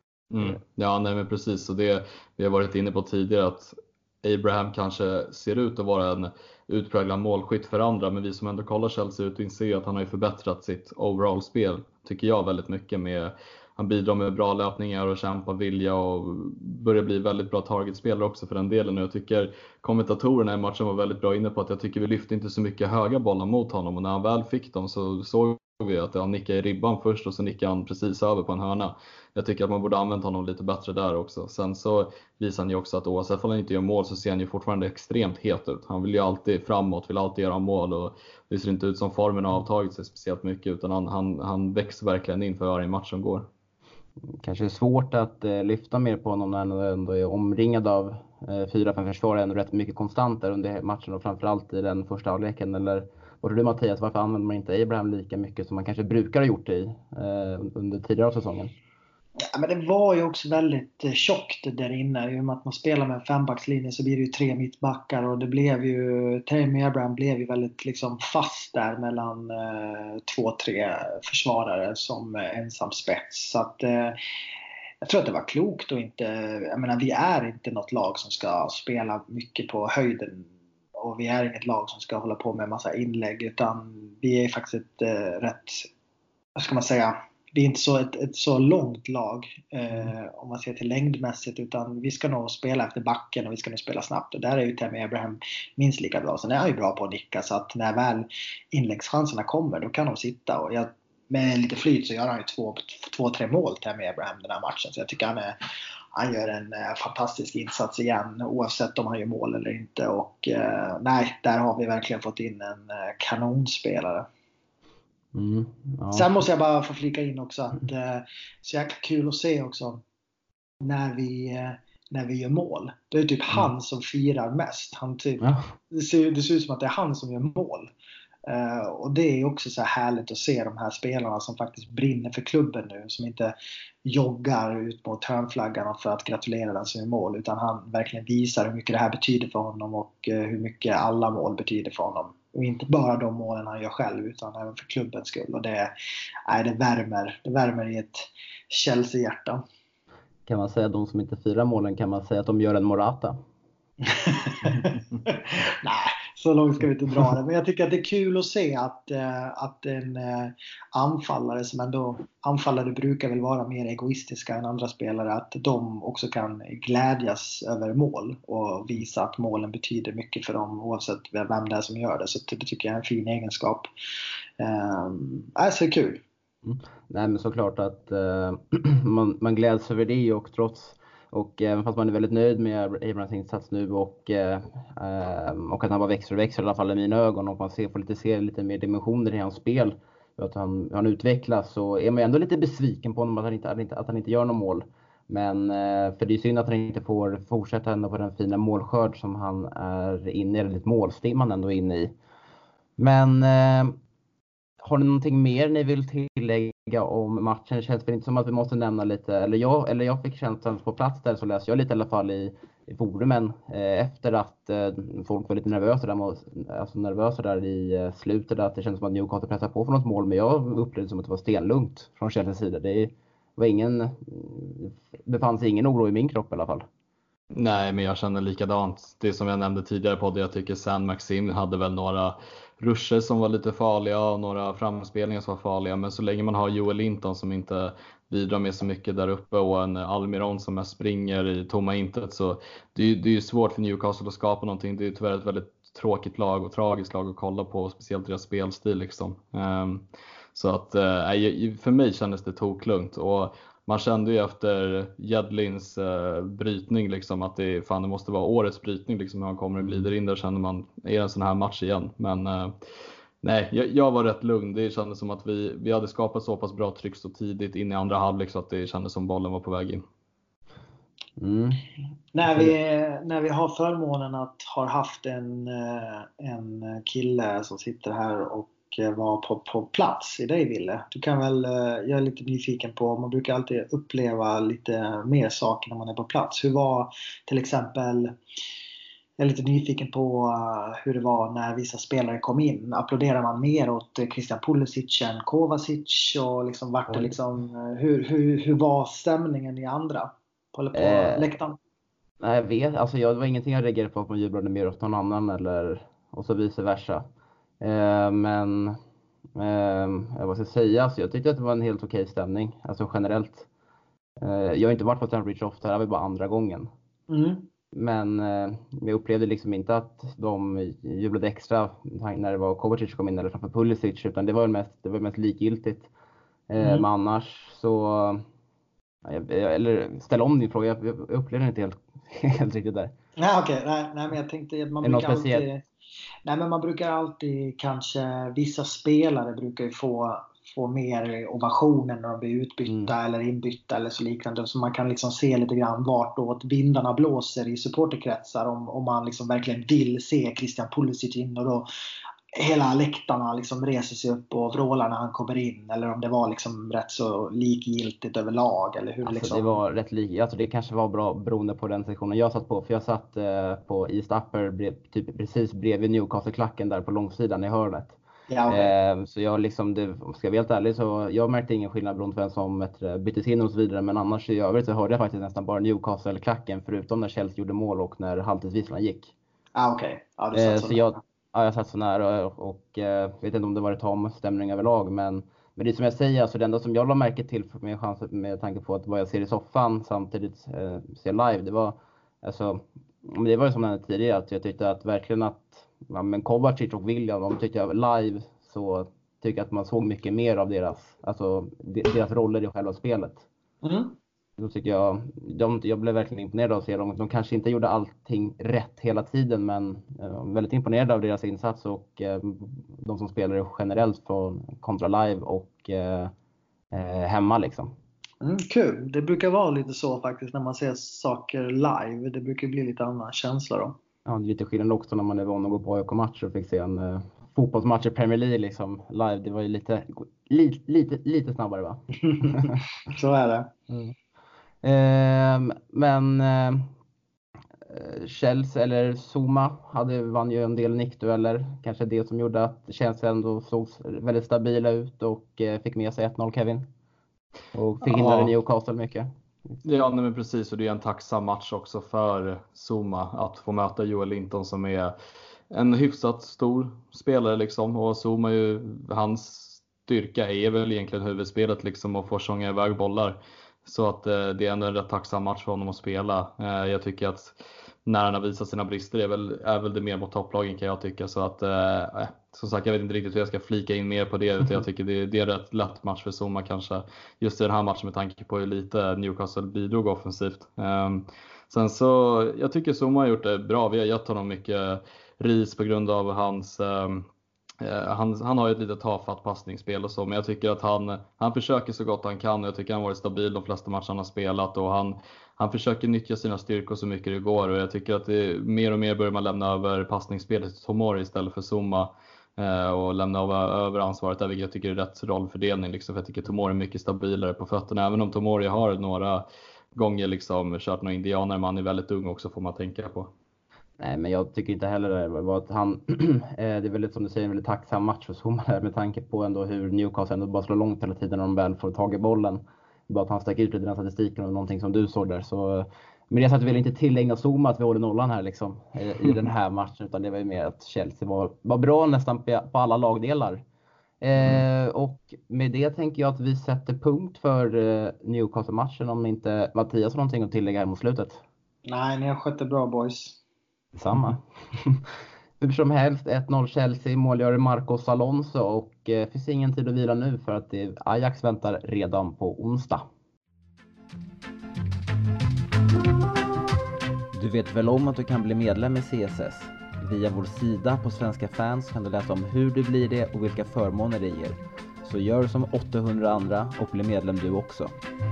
Ja, nej men precis. Och det vi har varit inne på tidigare, att Abraham kanske ser ut att vara en utpräglad målskytt för andra, men vi som ändå kollar Chelsea ut inser att han har ju förbättrat sitt overall-spel, tycker jag, väldigt mycket. Han bidrar med bra löpningar och kämpavilja och börjar bli väldigt bra targetspelare också för den delen. Och jag tycker kommentatorerna i matchen var väldigt bra inne på att jag tycker vi lyfte inte så mycket höga bollar mot honom, och när han väl fick dem så såg vi att han nickade i ribban först och så nickade han precis över på en hörna. Jag tycker att man borde använt honom lite bättre där också. Sen så visar han ju också att oavsett om han inte gör mål så ser han ju fortfarande extremt het ut. Han vill ju alltid framåt, vill alltid göra mål, och det ser inte ut som formen har avtagit sig speciellt mycket, utan han växer verkligen in för varje match som går. Kanske är svårt att lyfta mer på honom när han ändå är omringad av 4-5 försvarare, ändå rätt mycket konstant där under matchen, och framförallt i den första halvleken. Eller vad tror du, Mattias, varför använder man inte Abraham lika mycket som man kanske brukar ha gjort under tidigare säsongen? Ja, men det var ju också väldigt tjockt där inne. I och med att man spelar med en fembackslinje så blir det ju 3 mittbackar, och det blev ju, Tammy Abraham blev ju väldigt liksom fast där mellan 2-3 försvarare som ensam spets. Så att jag tror att det var klokt, och inte, jag menar, vi är inte något lag som ska spela mycket på höjden, och vi är inget lag som ska hålla på med en massa inlägg, utan vi är faktiskt rätt, vad ska man säga, vi är inte så ett så långt lag om man ser till längdmässigt, utan vi ska nog spela efter backen och vi ska nog spela snabbt, och där är ju Tammy Abraham minst lika bra. Sen är han ju bra på att nicka, så att när väl inläggschanserna kommer, då kan de sitta, och med lite flyt så gör han ju 2-3 mål Tammy Abraham den här matchen, så jag tycker han gör en fantastisk insats igen, oavsett om han gör mål eller inte. Och nej, där har vi verkligen fått in en kanonspelare. Ja. Sen måste jag bara få flika in också att så jäkla kul att se också när vi gör mål. Det är typ han som firar mest. Han typ, det ser ut som att det är han som gör mål. Och det är också så här härligt att se de här spelarna som faktiskt brinner för klubben nu. Som inte joggar ut mot hörnflaggarna för att gratulera den som är mål. Utan han verkligen visar hur mycket det här betyder för honom och hur mycket alla mål betyder för honom. Och inte bara de målen han gör själv utan även för klubbens skull. Och det värmer i ett Chelsea-hjärta. Kan man säga att de som inte firar målen, kan man säga att de gör en Morata? Nej, så långt ska vi inte dra det. Men jag tycker att det är kul att se att en anfallare som ändå, anfallare brukar väl vara mer egoistiska än andra spelare, att de också kan glädjas över mål och visa att målen betyder mycket för dem oavsett vem det är som gör det. Så det tycker jag är en fin egenskap. Så det är kul. Nej, men såklart att man gläds över det och även fast man är väldigt nöjd med Abrahams insats nu och att han bara växer i alla fall i mina ögon, och man ser lite mer dimensioner i hans spel, att han utvecklas, så är man ändå lite besviken på honom att han inte gör något mål. Men för det är synd att han inte får fortsätta ändå på den fina målskörd som han är inne i, eller lite målstim han ändå är inne i. Men har ni någonting mer ni vill tillägga om matchen? Det känns väl inte som att vi måste nämna lite, eller jag fick känslan på plats där, så läste jag lite i alla fall i forumen efter att folk var lite nervösa där i slutet, att det kändes som att Newcastle pressade på för något mål, men jag upplevde det som att det var stenlugnt från Chelseas sida. Det fanns ingen oro i min kropp i alla fall. Nej, men jag känner likadant. Det som jag nämnde tidigare på det, jag tycker Saint-Maximin hade väl några ruscher som var lite farliga och några framspelningar som var farliga, men så länge man har Joel Linton som inte bidrar med så mycket där uppe och en Almiron som springer i tomma intet, så det är ju svårt för Newcastle att skapa någonting. Det är tyvärr ett väldigt tråkigt lag och tragiskt lag att kolla på, speciellt deras spelstil liksom. Så att för mig kändes det toklugnt, och man kände ju efter Jedlins brytning liksom att det måste vara årets brytning liksom, hur han kommer och glider in där, känner man, är det en sån här match igen? Men nej, jag var rätt lugn. Det kändes som att vi hade skapat så pass bra tryck så tidigt in i andra halvlek så att det kändes som bollen var på väg in. När vi har förmånen att ha haft en kille som sitter här och var på plats i dig, Ville. Du kan väl, jag är lite nyfiken på, man brukar alltid uppleva lite mer saker när man är på plats. Hur var till exempel, jag är lite nyfiken på hur det var när vissa spelare kom in. Applåderar man mer åt Christian Pulisic än Kovacic, och liksom vart det liksom, hur var stämningen i andra på läktaren? Nej, jag vet. Alltså det var ingenting jag reagerade på att man jublade mer åt någon annan och så vice versa. Men vad ska jag säga? Alltså, jag tyckte att det var en helt okej stämning. Alltså generellt. Jag har inte varit på Stamford Bridge ofta, det här var bara andra gången. Men jag upplevde liksom inte att de jublade extra när det var Kovacic kom in eller framför Pulisic, utan det var mest likgiltigt. Men annars så eller ställa om din fråga, jag upplevde det inte helt riktigt där. Nej, okej. Nej, men jag tänkte att man brukar alltid kanske, vissa spelare brukar ju få mer ovationer när de blir utbytta eller inbytta eller så liknande. Så man kan liksom se lite grann vartåt vindarna blåser i supporterkretsar, om man liksom verkligen vill se Christian Pulisic in och då hela läktarna liksom reser sig upp och vrålar när han kommer in, eller om det var liksom rätt så likgiltigt överlag, eller hur liksom. Det var rätt alltså det kanske var bra beroende på den sektionen jag satt på, för jag satt på East Upper typ precis bredvid Newcastle-klacken där på långsidan i hörnet. Ja, okay. Så jag liksom, ska jag vara helt ärlig, så jag märkte ingen skillnad beroende på vem som byttes in och så vidare, men annars i övrigt så hörde jag faktiskt nästan bara Newcastle-klacken, förutom när Chelsea gjorde mål och när halvtidsvisslan gick. Okej. Ja, du satt så jag satt så nära och vet inte om det var tam stämning överlag, men det är som jag säger, alltså det enda som jag la märke till med tanke på att vad jag ser i soffan samtidigt ser live, det var ju som den tidigare, att jag tyckte att verkligen att men Kovacic och William, de tyckte jag live, så tycker jag att man såg mycket mer av deras roller i själva spelet. Då tycker jag blev verkligen imponerad av att se dem. De kanske inte gjorde allting rätt hela tiden, men väldigt imponerad av deras insats och de som spelar generellt kontra live och hemma liksom. Kul. Det brukar vara lite så faktiskt när man ser saker live. Det brukar bli lite annan känsla då. Ja, det är lite skillnad också när man är van att gå på AIK-matcher och fick se en fotbollsmatcher i Premier League liksom live, det var ju lite snabbare va? Så är det. Men Chelsea eller Zuma vann ju en del nickdueller. Kanske det som gjorde att Chelsea ändå såg väldigt stabila ut och fick med sig 1-0 Kevin. Och förhindrade Newcastle mycket. Ja, men precis. Och det är en tacksam match också för Zuma att få möta Joel Linton som är en hyfsat stor spelare liksom. Och Zuma hans styrka är väl egentligen huvudspelet liksom och få sjunga iväg bollar. Så att det är ändå en rätt tacksam match för honom att spela. Jag tycker att när han har visat sina brister är väl det mer mot topplagen kan jag tycka. Så att som sagt, jag vet inte riktigt hur jag ska flika in mer på det. Utan jag tycker det är en rätt lätt match för Zuma kanske. Just i den här matchen med tanke på hur lite Newcastle bidrog offensivt. Sen så, jag tycker Zuma har gjort det bra. Vi har gett honom mycket ris på grund av hans... Han har ju ett lite tafatt passningsspel och så, men jag tycker att han försöker så gott han kan och jag tycker han har varit stabil de flesta matcher han har spelat och han försöker nyttja sina styrkor så mycket det går och jag tycker att mer och mer börjar man lämna över passningsspelet till Tomori istället för Zuma och lämna över ansvaret där, vilket jag tycker är rätt rollfördelning liksom, för jag tycker Tomori är mycket stabilare på fötterna, även om Tomori har några gånger liksom kört några indianer, man är väldigt ung också får man tänka på. Nej, men jag tycker inte heller det. Det är väldigt, som du säger, en väldigt tacksam match för Zuma där med tanke på ändå hur Newcastle ändå bara slår långt hela tiden när de väl får tag i bollen. Bara att han stack ut lite i den statistiken och någonting som du såg där. Så med det så att vi vill inte tillägna Zuma att vi håller nollan här liksom i den här matchen, utan det var ju mer att Chelsea var bra nästan på alla lagdelar. Och med det tänker jag att vi sätter punkt för Newcastle-matchen, om inte Mattias har någonting att tillägga här mot slutet. Nej, ni har skött det bra boys. Samma. Hur som helst, 1-0 Chelsea, målgörare Marcos Alonso och finns ingen tid att vila nu för att Ajax väntar redan på onsdag. Du vet väl om att du kan bli medlem i CSS? Via vår sida på Svenska fans kan du läsa om hur du blir det och vilka förmåner det ger. Så gör som 800 andra och bli medlem du också.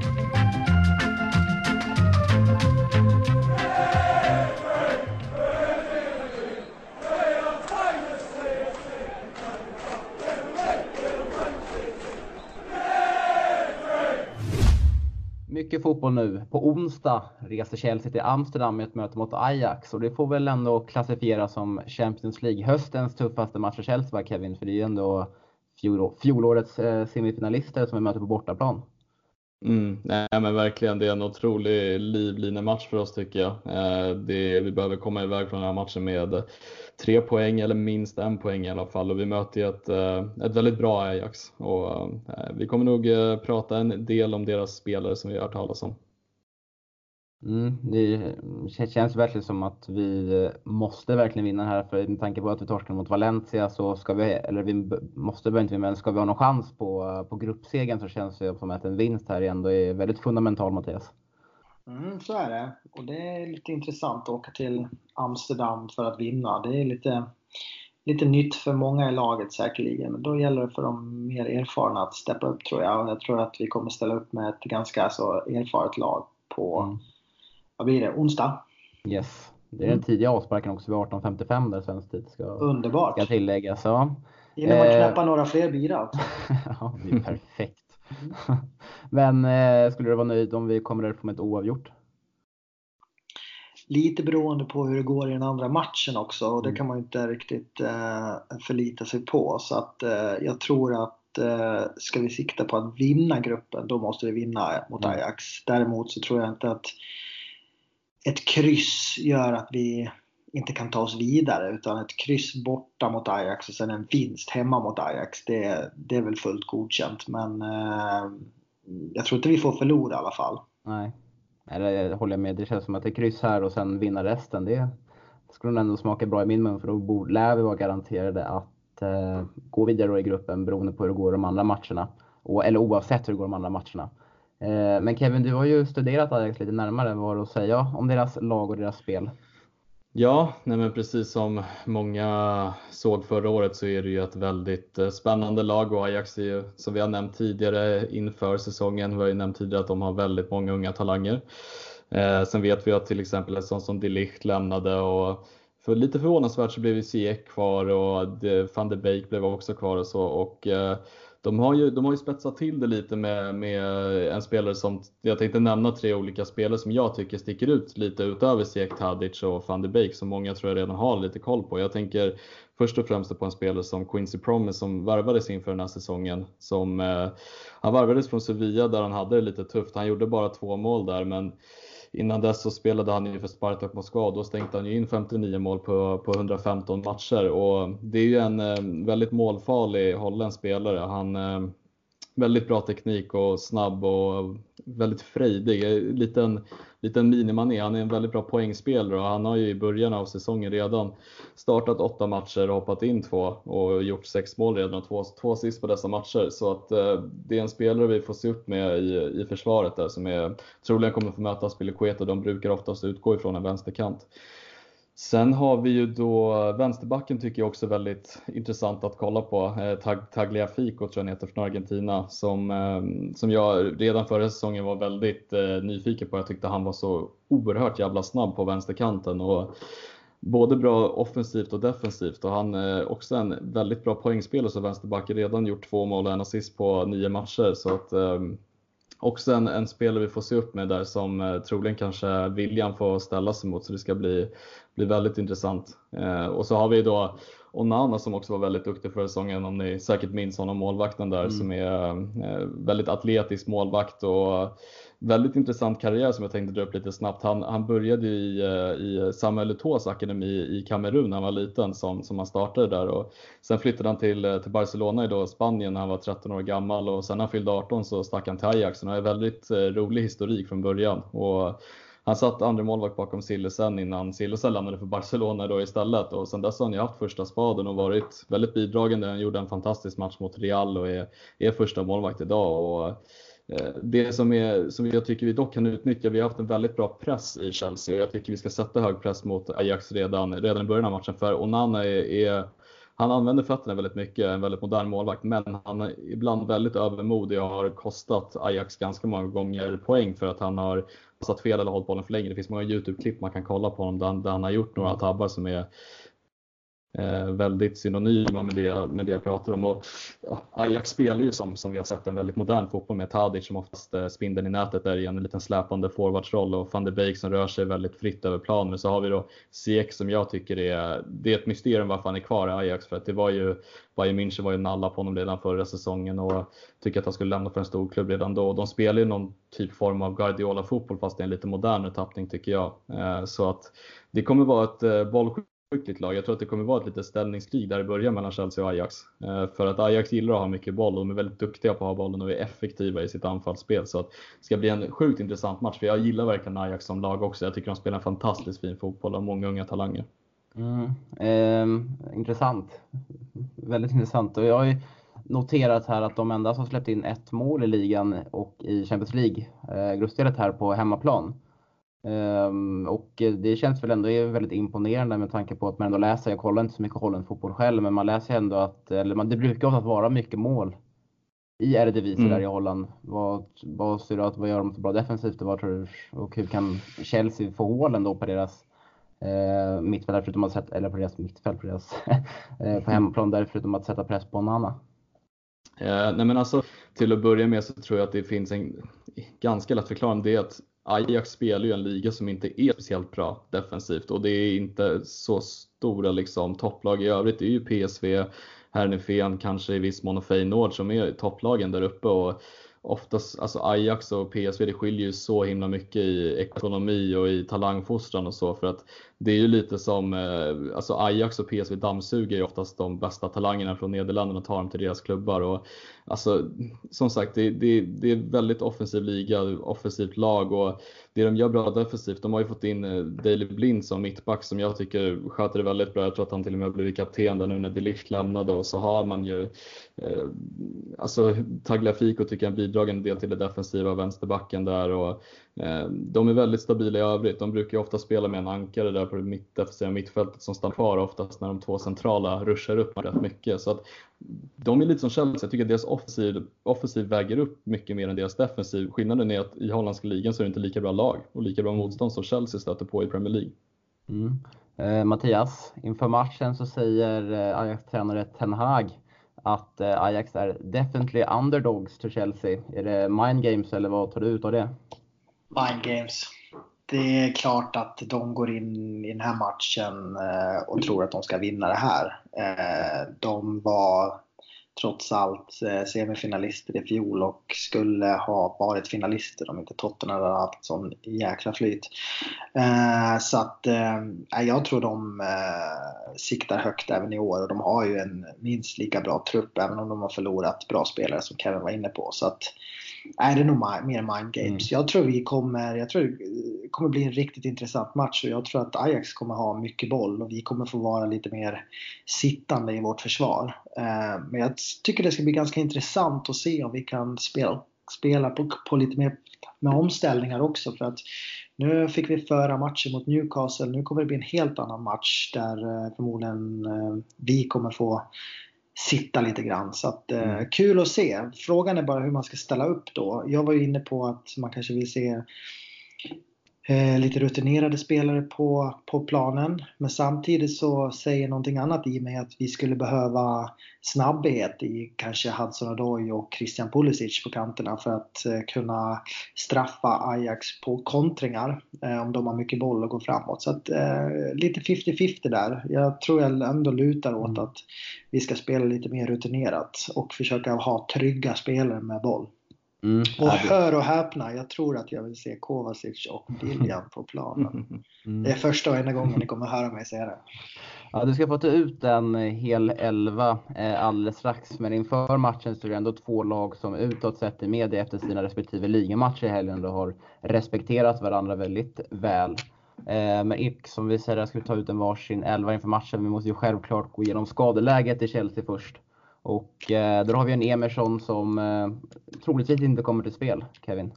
Mycket fotboll nu. På onsdag reser Chelsea till Amsterdam med ett möte mot Ajax. Och det får väl ändå klassifiera som Champions League. Höstens tuffaste match för Chelsea, Kevin. För det är ju ändå fjolårets semifinalister som är möte på bortaplan. Nej men verkligen, det är en otrolig livlinematch för oss tycker jag. Vi behöver komma iväg från den här matchen med 3 poäng eller minst 1 poäng i alla fall. Och vi möter ju ett väldigt bra Ajax. Och vi kommer nog prata en del om deras spelare som vi har hört talas om. Det känns verkligen som att vi måste verkligen vinna här, för med tanke på att vi torskar mot Valencia så ska ska vi ha någon chans på gruppsegern, så känns det som att en vinst här ändå är väldigt fundamental, Mattias. Så är det, och det är lite intressant att åka till Amsterdam för att vinna. Det är lite nytt för många i laget säkerligen, men då gäller det för de mer erfarna att steppa upp tror jag, och jag tror att vi kommer ställa upp med ett ganska erfaret lag på vad blir det? Onsdag? Yes. Det är den tidiga avsparken också vid 18.55 där svensk tid Underbart. Ska tilläggas. Ja. Innan man knappar några fler bira också. Ja, det är perfekt. Men skulle du vara nöjd om vi kommer därifrån med ett oavgjort? Lite beroende på hur det går i den andra matchen också. Och det kan man ju inte riktigt förlita sig på. Så att jag tror att ska vi sikta på att vinna gruppen, då måste vi vinna mot Ajax. Däremot så tror jag inte att ett kryss gör att vi inte kan ta oss vidare, utan ett kryss borta mot Ajax och sen en vinst hemma mot Ajax, det är väl fullt godkänt, men jag tror inte vi får förlora i alla fall. Nej, jag håller med. Det känns som att det är kryss här och sen vinna resten, det skulle ändå smaka bra i min mun, för då lär vi vara garanterade att gå vidare i gruppen beroende på hur det går de andra matcherna, eller oavsett hur det går de andra matcherna. Men Kevin, du har ju studerat Ajax lite närmare. Vad har du att säga om deras lag och deras spel? Ja, men precis som många såg förra året så är det ju ett väldigt spännande lag, och Ajax är ju, som vi har nämnt tidigare inför säsongen, vi har ju nämnt tidigare att de har väldigt många unga talanger. Sen vet vi att till exempel ett sånt som De Ligt lämnade, och för lite förvånansvärt så blev ju Ziyech kvar och Van de Beek blev också kvar och så. Och de har ju spetsat till det lite med en spelare som, jag tänkte nämna 3 olika spelare som jag tycker sticker ut lite utöver Ziyech, Tadic och Van de Beek, som många tror jag redan har lite koll på. Jag tänker först och främst på en spelare som Quincy Promes som värvades inför den här säsongen. Han värvades från Sevilla där han hade det lite tufft. Han gjorde bara 2 mål där, men innan dess så spelade han ju för Spartak Moskva. Då stänkte han ju in 59 mål på 115 matcher. Och det är ju en väldigt målfarlig holländsk spelare. Han väldigt bra teknik och snabb och väldigt frejdig. Liten minimané. Han är en väldigt bra poängspelare och han har ju i början av säsongen redan startat 8 matcher och hoppat in 2 och gjort 6 mål redan och 2 assist på dessa matcher. Så att det är en spelare vi får se upp med i försvaret där, som troligen kommer få möta Spilicueta. De brukar oftast utgå ifrån en vänsterkant. Sen har vi ju då vänsterbacken, tycker jag också väldigt intressant att kolla på. Tagliafico tror jag han heter, från Argentina, som jag redan förra säsongen var väldigt nyfiken på. Jag tyckte han var så oerhört jävla snabb på vänsterkanten och både bra offensivt och defensivt. Och han är också en väldigt bra poängspelare som vänsterback, redan gjort 2 mål och en assist på 9 matcher. Så att också en spelare vi får se upp med där, som troligen kanske William får ställa sig mot, så det ska bli väldigt intressant. Och så har vi då Onana som också var väldigt duktig förra säsongen, om ni säkert minns honom, målvakten där, som är väldigt atletisk målvakt och väldigt intressant karriär som jag tänkte dra upp lite snabbt. Han började i Samuel Eto'os akademi i Kamerun när han var liten, som han startade där, och sen flyttade han till Barcelona i Spanien när han var 13 år gammal, och sen när han fyllde 18 så stack han till Ajax. Så han har en väldigt rolig historik från början, och han satt andra målvakt bakom Sillesen innan Sillesen lämnade för Barcelona då istället, och sen dess har han ju haft första spaden och varit väldigt bidragande. Han gjorde en fantastisk match mot Real och är första målvakt idag. Och det som jag tycker vi dock kan utnyttja, vi har haft en väldigt bra press i Chelsea och jag tycker vi ska sätta hög press mot Ajax redan i början av matchen, för Onana han använder fötterna väldigt mycket, en väldigt modern målvakt, men han är ibland väldigt övermodig och har kostat Ajax ganska många gånger poäng för att han har passat fel eller hållit bollen för länge. Det finns många YouTube-klipp man kan kolla på honom där han har gjort några tabbar som är väldigt synonyma med det jag pratar om. Och Ajax spelar ju som vi har sett en väldigt modern fotboll med Tadic som oftast spindeln i nätet där i en liten släpande forwardsroll, och Van de Beek som rör sig väldigt fritt över planen. Men så har vi då Ziyech som jag tycker det är ett mysterium varför han är kvar i Ajax, för att det var ju Bayern München var ju nalla på honom redan förra säsongen och tycker att han skulle lämna för en stor klubb redan då. De spelar ju någon form av Guardiola-fotboll fast det är en lite modernare tappning tycker jag. Så att det kommer vara ett bollskickligt lag. Jag tror att det kommer vara ett litet ställningskrig där i början mellan Chelsea och Ajax. För att Ajax gillar att ha mycket boll och de är väldigt duktiga på att ha bollen och är effektiva i sitt anfallsspel. Så att det ska bli en sjukt intressant match, för jag gillar verkligen Ajax som lag också. Jag tycker de spelar en fantastiskt fin fotboll och många unga talanger. Intressant. Väldigt intressant. Och jag har ju noterat här att de endast har släppt in 1 mål i ligan och i Champions League gruppspelet här på hemmaplan. Och det känns väl ändå väldigt imponerande med tanke på att man ändå läser, jag kollar inte så mycket holländsk fotboll själv, men man läser ändå att, det brukar ofta vara mycket mål i Eredivisie där i Holland. Vad ser du att vad gör de så bra defensivt och vad tror du, och hur kan Chelsea få hålen då på deras mittfält, förutom att sätta, eller på deras mittfält på deras på hemmaplan där, förutom att sätta press på Onana? Nej men alltså, till att börja med så tror jag att det finns en ganska lätt förklaring. Det är att Ajax spelar ju en liga som inte är speciellt bra defensivt, och det är inte så stora liksom topplag i övrigt. Det är ju PSV, Heerenveen, kanske i viss mån och Feyenoord som är topplagen där uppe, och oftast, alltså Ajax och PSV, det skiljer ju så himla mycket i ekonomi och i talangfostran och så, för att det är ju lite som, alltså Ajax och PSV dammsuger ju oftast de bästa talangerna från Nederländerna och tar dem till deras klubbar. Och alltså, som sagt, det är väldigt offensiv liga, offensivt lag, och det de gör bra defensivt, de har ju fått in Daley Blind som mittback som jag tycker sköter det väldigt bra. Jag tror att han till och med blivit kapten där nu när De Ligt lämnade, och så har man ju alltså Tagliafico tycker jag en bidragande del till det defensiva vänsterbacken där, och de är väldigt stabila i övrigt. De brukar ju ofta spela med en ankare där på det defensiva mittfältet som stannar kvar oftast när de 2 centrala ruschar upp rätt mycket. Så att de är lite som Chelsea. Jag tycker att deras offensiv väger upp mycket mer än deras defensiv. Skillnaden är att i holländska ligan så är det inte lika bra lag och lika bra motstånd som Chelsea stöter på i Premier League. Mattias, inför matchen så säger Ajax-tränare Ten Hag att Ajax är definitely underdogs till Chelsea. Är det mind games eller vad tar du ut av det? Mind games. Det är klart att de går in i den här matchen och tror att de ska vinna det här. De var trots allt semifinalister i fjol och skulle ha varit finalister om inte Tottenham hade haft sån jäkla flyt. Så att jag tror de siktar högt även i år, och de har ju en minst lika bra trupp även om de har förlorat bra spelare som Kevin var inne på. Så att det är nog mer mind games. Jag tror det kommer bli en riktigt intressant match, och jag tror att Ajax kommer ha mycket boll och vi kommer få vara lite mer sittande i vårt försvar. Men jag tycker det ska bli ganska intressant att se om vi kan spela på lite mer med omställningar också, för att nu fick vi föra matchen mot Newcastle. Nu kommer det bli en helt annan match där förmodligen vi kommer få sitta lite grann. Så att, kul att se. Frågan är bara hur man ska ställa upp då. Jag var ju inne på att man kanske vill se lite rutinerade spelare på planen. Men samtidigt så säger någonting annat i mig att vi skulle behöva snabbhet i kanske Hudson-Odoi och Christian Pulisic på kanterna för att kunna straffa Ajax på kontringar om de har mycket boll och går framåt. Så att lite 50-50 där. Jag tror jag ändå lutar åt att vi ska spela lite mer rutinerat och försöka ha trygga spelare med boll. Och hör och häpna, jag tror att jag vill se Kovacic och William på planen. Det är första och enda gången ni kommer höra mig säga det. Ja, du ska få ta ut en hel 11 alldeles strax. Men inför matchen så är det ändå två lag som utåt sett i media efter sina respektive ligamatcher i helgen då har respekterat varandra väldigt väl. Men som vi säger, ska vi ta ut en varsin 11 inför matchen. Vi måste ju självklart gå igenom skadeläget i Chelsea först. Och då har vi en Emerson som troligtvis inte kommer till spel, Kevin.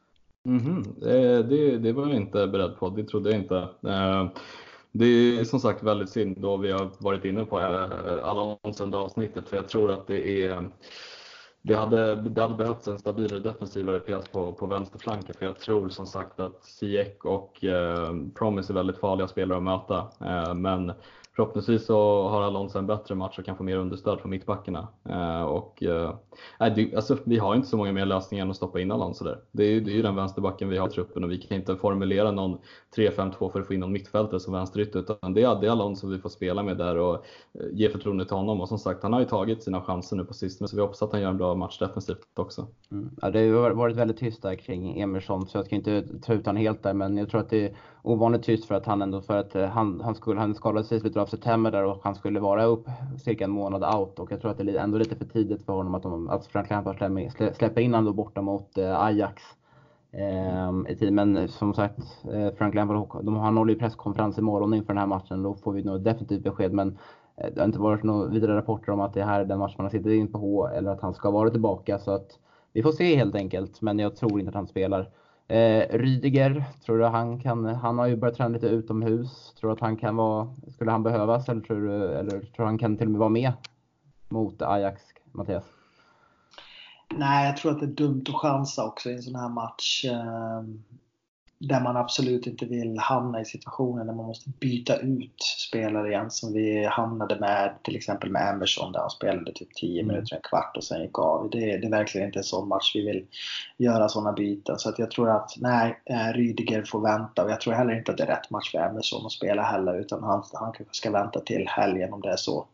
Det var jag inte beredd på, det trodde jag inte. Det är som sagt väldigt synd då vi har varit inne på alla under avsnittet, för jag tror att det hade behövts en stabilare defensivare pjäs på vänsterflanken, för jag tror som sagt att Ziyech och Promise är väldigt farliga spelare att möta. Men förhoppningsvis så har Alonso en bättre match och kan få mer understöd från mittbackarna. Vi har inte så många mer lösningar än att stoppa in Alonso där. Det är ju den vänsterbacken vi har i truppen, och vi kan inte formulera någon 3-5-2 för att få in någon mittfältare som vänsterytter, utan det är Alonso vi får spela med där och ge förtroende till honom. Och som sagt, han har ju tagit sina chanser nu på sistone, så vi hoppas att han gör en bra match defensivt också. Ja, det har varit väldigt tyst där kring Emerson, så jag ska inte ta ut han helt där, men jag tror att det är ovanligt tyst för att han skadade sig i slutet av september där, och han skulle vara upp cirka en månad out, och jag tror att det är ändå lite för tidigt för honom att Frank Lampard släpper in honom borta mot Ajax i tid. Men som sagt, Frank Lampard han håller ju presskonferens imorgon inför den här matchen, då får vi nog definitivt besked, men det har inte varit några vidare rapporter om att det här är den match man har suttit in på eller att han ska vara tillbaka, så att vi får se helt enkelt, men jag tror inte att han spelar. Rydiger, tror du han har ju börjat träna lite utomhus, tror du att skulle han behövas, eller tror du han kan till och med vara med mot Ajax, Mattias? Nej, jag tror att det är dumt att chansa också i en sån här match där man absolut inte vill hamna i situationen där man måste byta ut spelare igen, som vi hamnade med till exempel med Emerson där han spelade typ 10 minuter, en kvart och sen gick av. Det är verkligen inte en sån match vi vill göra såna byten, så att jag tror att Rydiger får vänta, och jag tror heller inte att det är rätt match för Emerson att spela heller, utan han kanske ska vänta till helgen om det är så.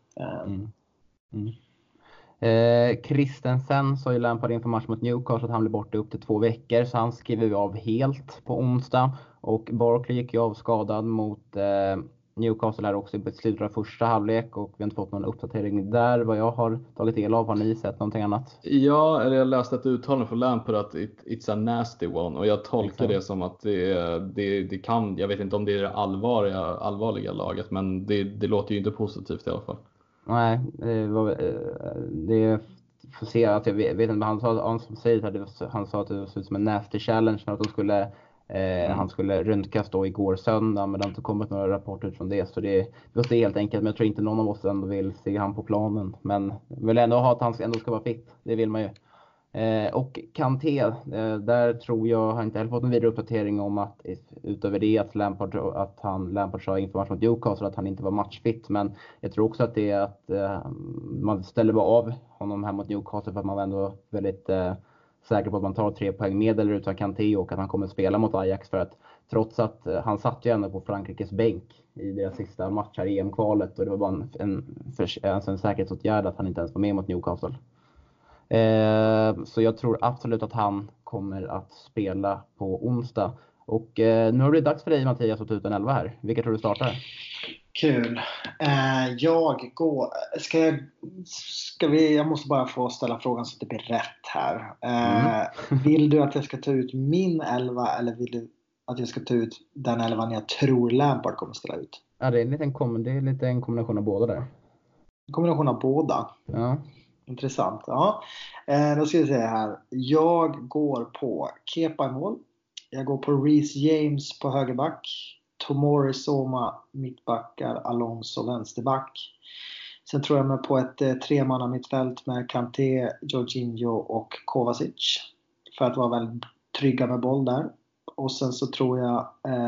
Christensen sa ju Lampard inför match mot Newcastle att han blir borta upp till 2 veckor, så han skriver vi av helt på onsdag. Och Barkley gick ju av skadad mot Newcastle här också i slutet av första halvlek, och vi har inte fått någon uppdatering där vad jag har tagit del av. Har ni sett någonting annat? Ja, jag läste ett uttalande från Lampard att it's a nasty one, och jag tolkar det som att det kan, jag vet inte om det är det allvarliga laget, men det låter ju inte positivt i alla fall. Nej, det får se, att jag vet inte, men han sa att det såg ut som en nasty challenge, för att han skulle röntgas då igår söndag, men det har inte kommit några rapporter ut från det, så det är helt enkelt. Men jag tror inte någon av oss ändå vill se han på planen, men vill ändå ha att han ändå ska vara fit, det vill man ju. Och Kanté, där tror jag, har inte heller fått en vidare uppdatering om att utöver det att Lampard sa inför matchen mot Newcastle att han inte var matchfit. Men jag tror också att det är att man ställer bara av honom här mot Newcastle för att man var ändå väldigt säker på att man tar 3 poäng med eller utan Kanté och att han kommer spela mot Ajax, för att trots att han satt ju ändå på Frankrikes bänk i deras sista match här i EM-kvalet och det var bara en säkerhetsåtgärd att han inte ens var med mot Newcastle. Så jag tror absolut att han kommer att spela på onsdag. Och nu har det dags för dig, Mattias, att ta ut en 11 här. Vilka tror du startar? Kul. Jag måste bara få ställa frågan så att det blir rätt här. Vill du att jag ska ta ut min 11 eller vill du att jag ska ta ut den 11 jag tror Lampard kommer ställa ut? Ja, det är lite en kombination av båda där. En kombination av båda? Ja. Intressant. Ja. Då ska vi se här. Jag går på Kepa i mål. Jag går på Reece James på högerback. Tomori Soma mittbackar. Alonso vänsterback. Sen tror jag mig på ett 3-manna mittfält med Kanté, Jorginho och Kovacic. För att vara väldigt trygga med boll där. Och sen så tror jag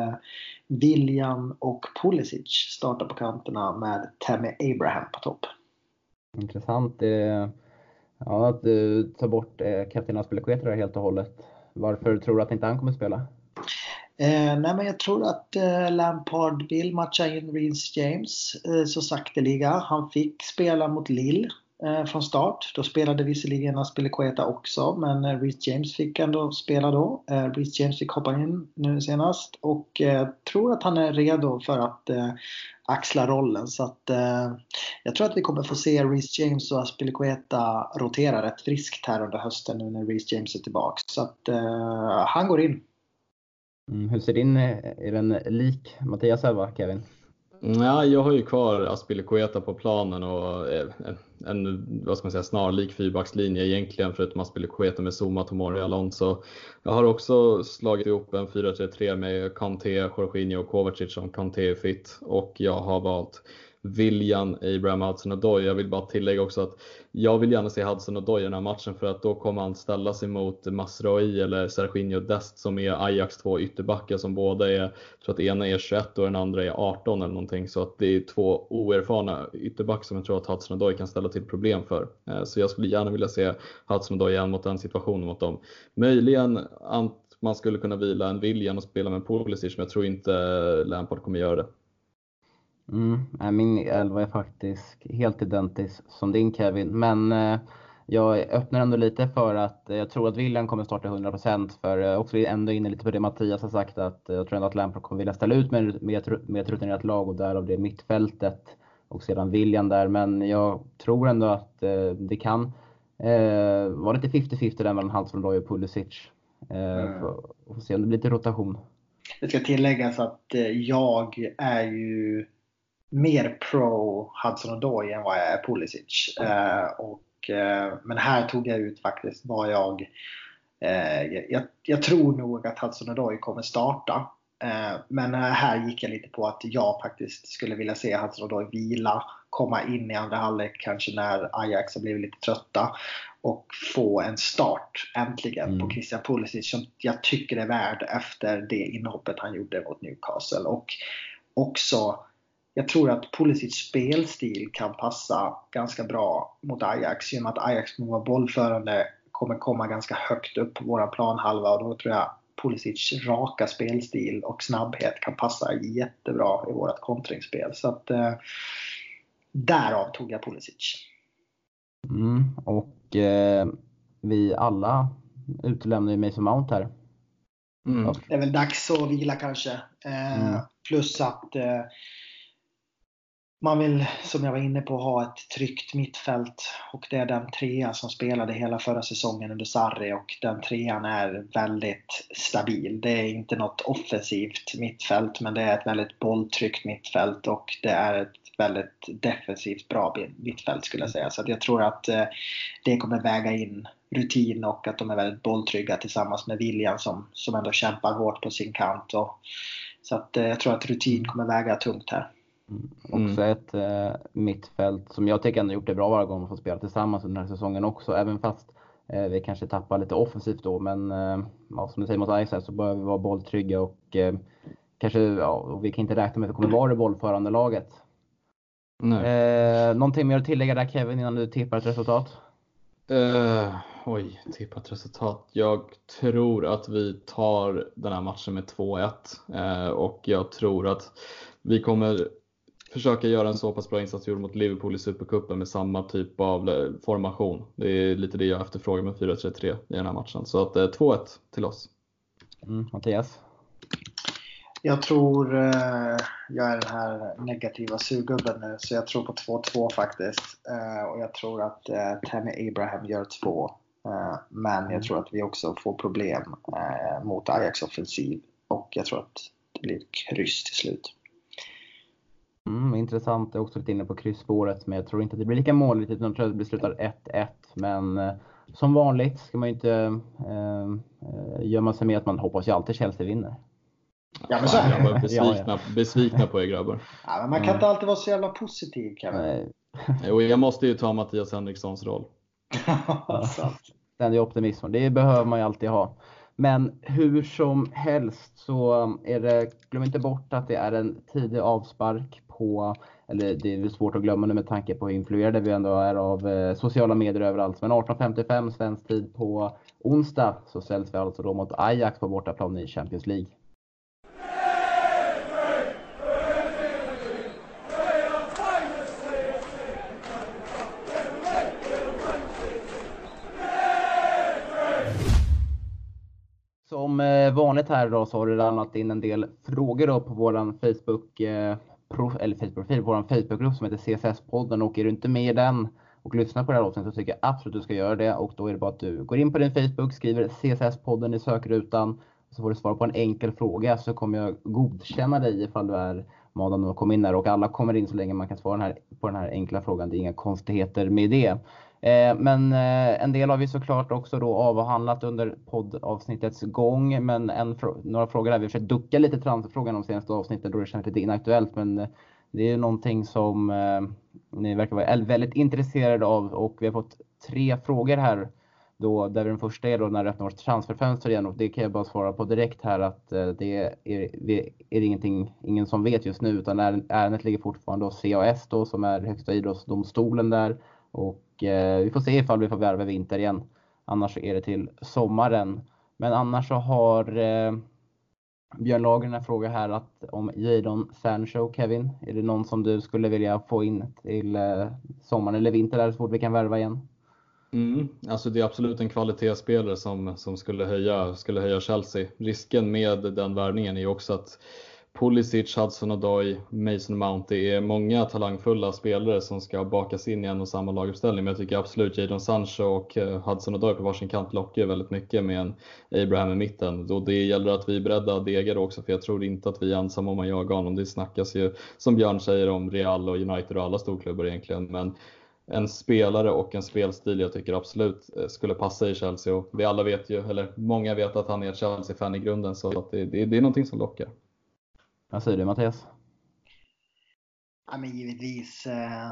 William och Pulisic startar på kanterna med Tammy Abraham på topp. Intressant. Ja, att du tar bort kapten Azpilicueta helt och hållet. Varför tror du att inte han kommer spela? Nej, men jag tror att Lampard vill matcha in Reece James så sakteliga. Han fick spela mot Lille från start. Då spelade visserligen Azpilicueta också, men Reece James fick ändå spela då. Reece James fick hoppa in nu senast och tror att han är redo för att axla rollen. Så att jag tror att vi kommer få se Reece James och Azpilicueta rotera rätt friskt här under hösten nu när Reece James är tillbaka. Så att han går in. Hur ser din, är den lik Mattias Elva, Kevin? Ja, jag har ju kvar Azpilicueta på planen och en vad ska man säga, snarlik fyrbackslinje egentligen, förutom Azpilicueta med Zuma, Tomori, Alonso. Jag har också slagit ihop en 4-3-3 med Kanté, Jorginho och Kovacic som Kanté är fit, och jag har valt William, Abraham, Hudson-Odoi. Jag vill bara tillägga också att jag vill gärna se Hudson-Odoi i den här matchen, för att då kommer han ställa sig mot Mazraoui eller Serginho Dest som är Ajax 2 ytterbackar som båda är, jag tror att ena är 21 och den andra är 18 eller någonting, så att det är 2 oerfarna ytterbackar som jag tror att Hudson-Odoi kan ställa till problem för. Så jag skulle gärna vilja se Hudson-Odoi igen mot den situationen mot dem. Möjligen att man skulle kunna vila en William och spela med Pulisic, men jag tror inte Lampard kommer göra det. Min 11 är faktiskt helt identisk som din, Kevin, men jag öppnar ändå lite för att jag tror att William kommer starta 100%, för också ändå inne lite på det Mattias har sagt, att jag tror ändå att Lampard kommer vilja ställa ut med ett rutinerat lag och därav det mittfältet och sedan William där, men jag tror ändå att det kan vara lite 50-50 där mellan Hudson-Odoi och Pulisic. Får se om det blir lite rotation. Det ska tilläggas att jag är ju mer pro Hudson-Odoi än vad jag är Pulisic. Men här tog jag ut faktiskt vad jag tror nog att Hudson-Odoi kommer starta. Men här gick jag lite på att jag faktiskt skulle vilja se Hudson-Odoi vila, komma in i andra halvlek kanske när Ajax har blivit lite trötta och få en start äntligen på Christian Pulisic som jag tycker är värd efter det inhoppet han gjorde mot Newcastle. Och också jag tror att Pulisic spelstil kan passa ganska bra mot Ajax. Genom att Ajax kommer vara bollförande, kommer komma ganska högt upp på våra planhalva. Och då tror jag Pulisic raka spelstil och snabbhet kan passa jättebra i vårt kontringsspel. Så att därav tog jag Pulisic. Och vi alla utelämnar ju Mason Mount här. Det är väl dags att vila kanske. Plus att man vill, som jag var inne på, ha ett tryggt mittfält, och det är den trea som spelade hela förra säsongen under Sarri, och den trean är väldigt stabil. Det är inte något offensivt mittfält, men det är ett väldigt bolltryggt mittfält och det är ett väldigt defensivt bra mittfält skulle jag säga. Så att jag tror att det kommer väga in rutin och att de är väldigt bolltrygga tillsammans med William som ändå kämpar hårt på sin kant. Så att jag tror att rutin kommer väga tungt här. Också ett mittfält som jag tycker ändå gjort det bra varje gång man får spela tillsammans under den här säsongen också. Även fast Vi kanske tappar lite offensivt då, men som du säger mot Ajax här så bör vi vara bolltrygga och kanske, och vi kan inte räkna med att det kommer vara det bollförande laget. Någonting mer att tillägga där, Kevin, innan du tippar ett resultat? Tippa ett resultat. Jag tror att vi tar den här matchen med 2-1 och jag tror att vi kommer försöka göra en så pass bra insats mot Liverpool i Supercupen med samma typ av formation. Det är lite det jag efterfrågar med 4-3-3 i den här matchen. Så att 2-1 till oss. Mattias? Jag tror jag är den här negativa surgubben nu, så jag tror på 2-2 faktiskt. Och jag tror att Tammy Abraham gör 2. Men jag tror att vi också får problem mot Ajax offensiv. Och jag tror att det blir kryss till slut. Intressant. Jag är också lite inne på kryssspåret, men jag tror inte att det blir lika måligt. Jag tror att det blir slutar 1-1. Men som vanligt ska man ju inte gömma sig med att man hoppas ju alltid Chelsea vinner. Ja, men så är det. Jag var besvikna på er, grabbar. Ja, men man kan inte alltid vara så jävla positiv, Kevin. Jo, jag måste ju ta Mattias Henrikssons roll. Den är optimism. Det behöver man ju alltid ha. Men hur som helst så är det, glöm inte bort att det är en tidig avspark på, eller det är svårt att glömma nu med tanke på hur influerade vi ändå är av sociala medier överallt. Men 18.55 svensk tid på onsdag så ställs vi alltså då mot Ajax på bortaplan i Champions League. Som vanligt här då så har det ramlat in en del frågor då på våran Facebook-profil, våran Facebookgrupp som heter CSS-podden, och är du inte med i den och lyssnar på det här avsnittet så tycker jag absolut du ska göra det, och då är det bara att du går in på din Facebook, skriver CSS-podden i sökrutan och så får du svara på en enkel fråga, så kommer jag godkänna dig ifall du är manad att komma in där, och alla kommer in så länge man kan svara på den här enkla frågan. Det är inga konstigheter med det. Men en del har vi såklart också då avhandlat under poddavsnittets gång, men några frågor där vi försökt ducka lite transferfrågan om senaste avsnittet då det känns lite inaktuellt, men det är någonting som ni verkar vara väldigt intresserade av, och vi har fått 3 frågor här då, där den första är då när det öppnar vårt transferfönster igen, och det kan jag bara svara på direkt här att det är ingen som vet just nu, utan ärendet ligger fortfarande hos CAS då, som är högsta idrottsdomstolen där. Och vi får se ifall vi får värva vinter igen. Annars är det till sommaren. Men annars så har Björn Lager en fråga här om Jadon Sancho, Kevin. Är det någon som du skulle vilja få in till sommaren eller vinter där så fort vi kan värva igen? Alltså det är absolut en kvalitetsspelare som skulle höja Chelsea. Risken med den värvningen är ju också att Pulisic, Hudson-Odoi, Mason Mount, det är många talangfulla spelare som ska bakas in i en och samma laguppställning. Men jag tycker absolut Jadon Sancho och Hudson-Odoi på varsin kant lockar väldigt mycket med en Abraham i mitten. Och det gäller att vi är beredda att dega också, för jag tror inte att vi är ensamma om att jaga honom. Det snackas ju, som Björn säger, om Real och United och alla storklubbar egentligen. Men en spelare och en spelstil jag tycker absolut skulle passa i Chelsea. Och vi alla vet ju, eller många vet att han är ett Chelsea-fan i grunden, så att det är någonting som lockar. Vad säger du, Mattias? Ja, men givetvis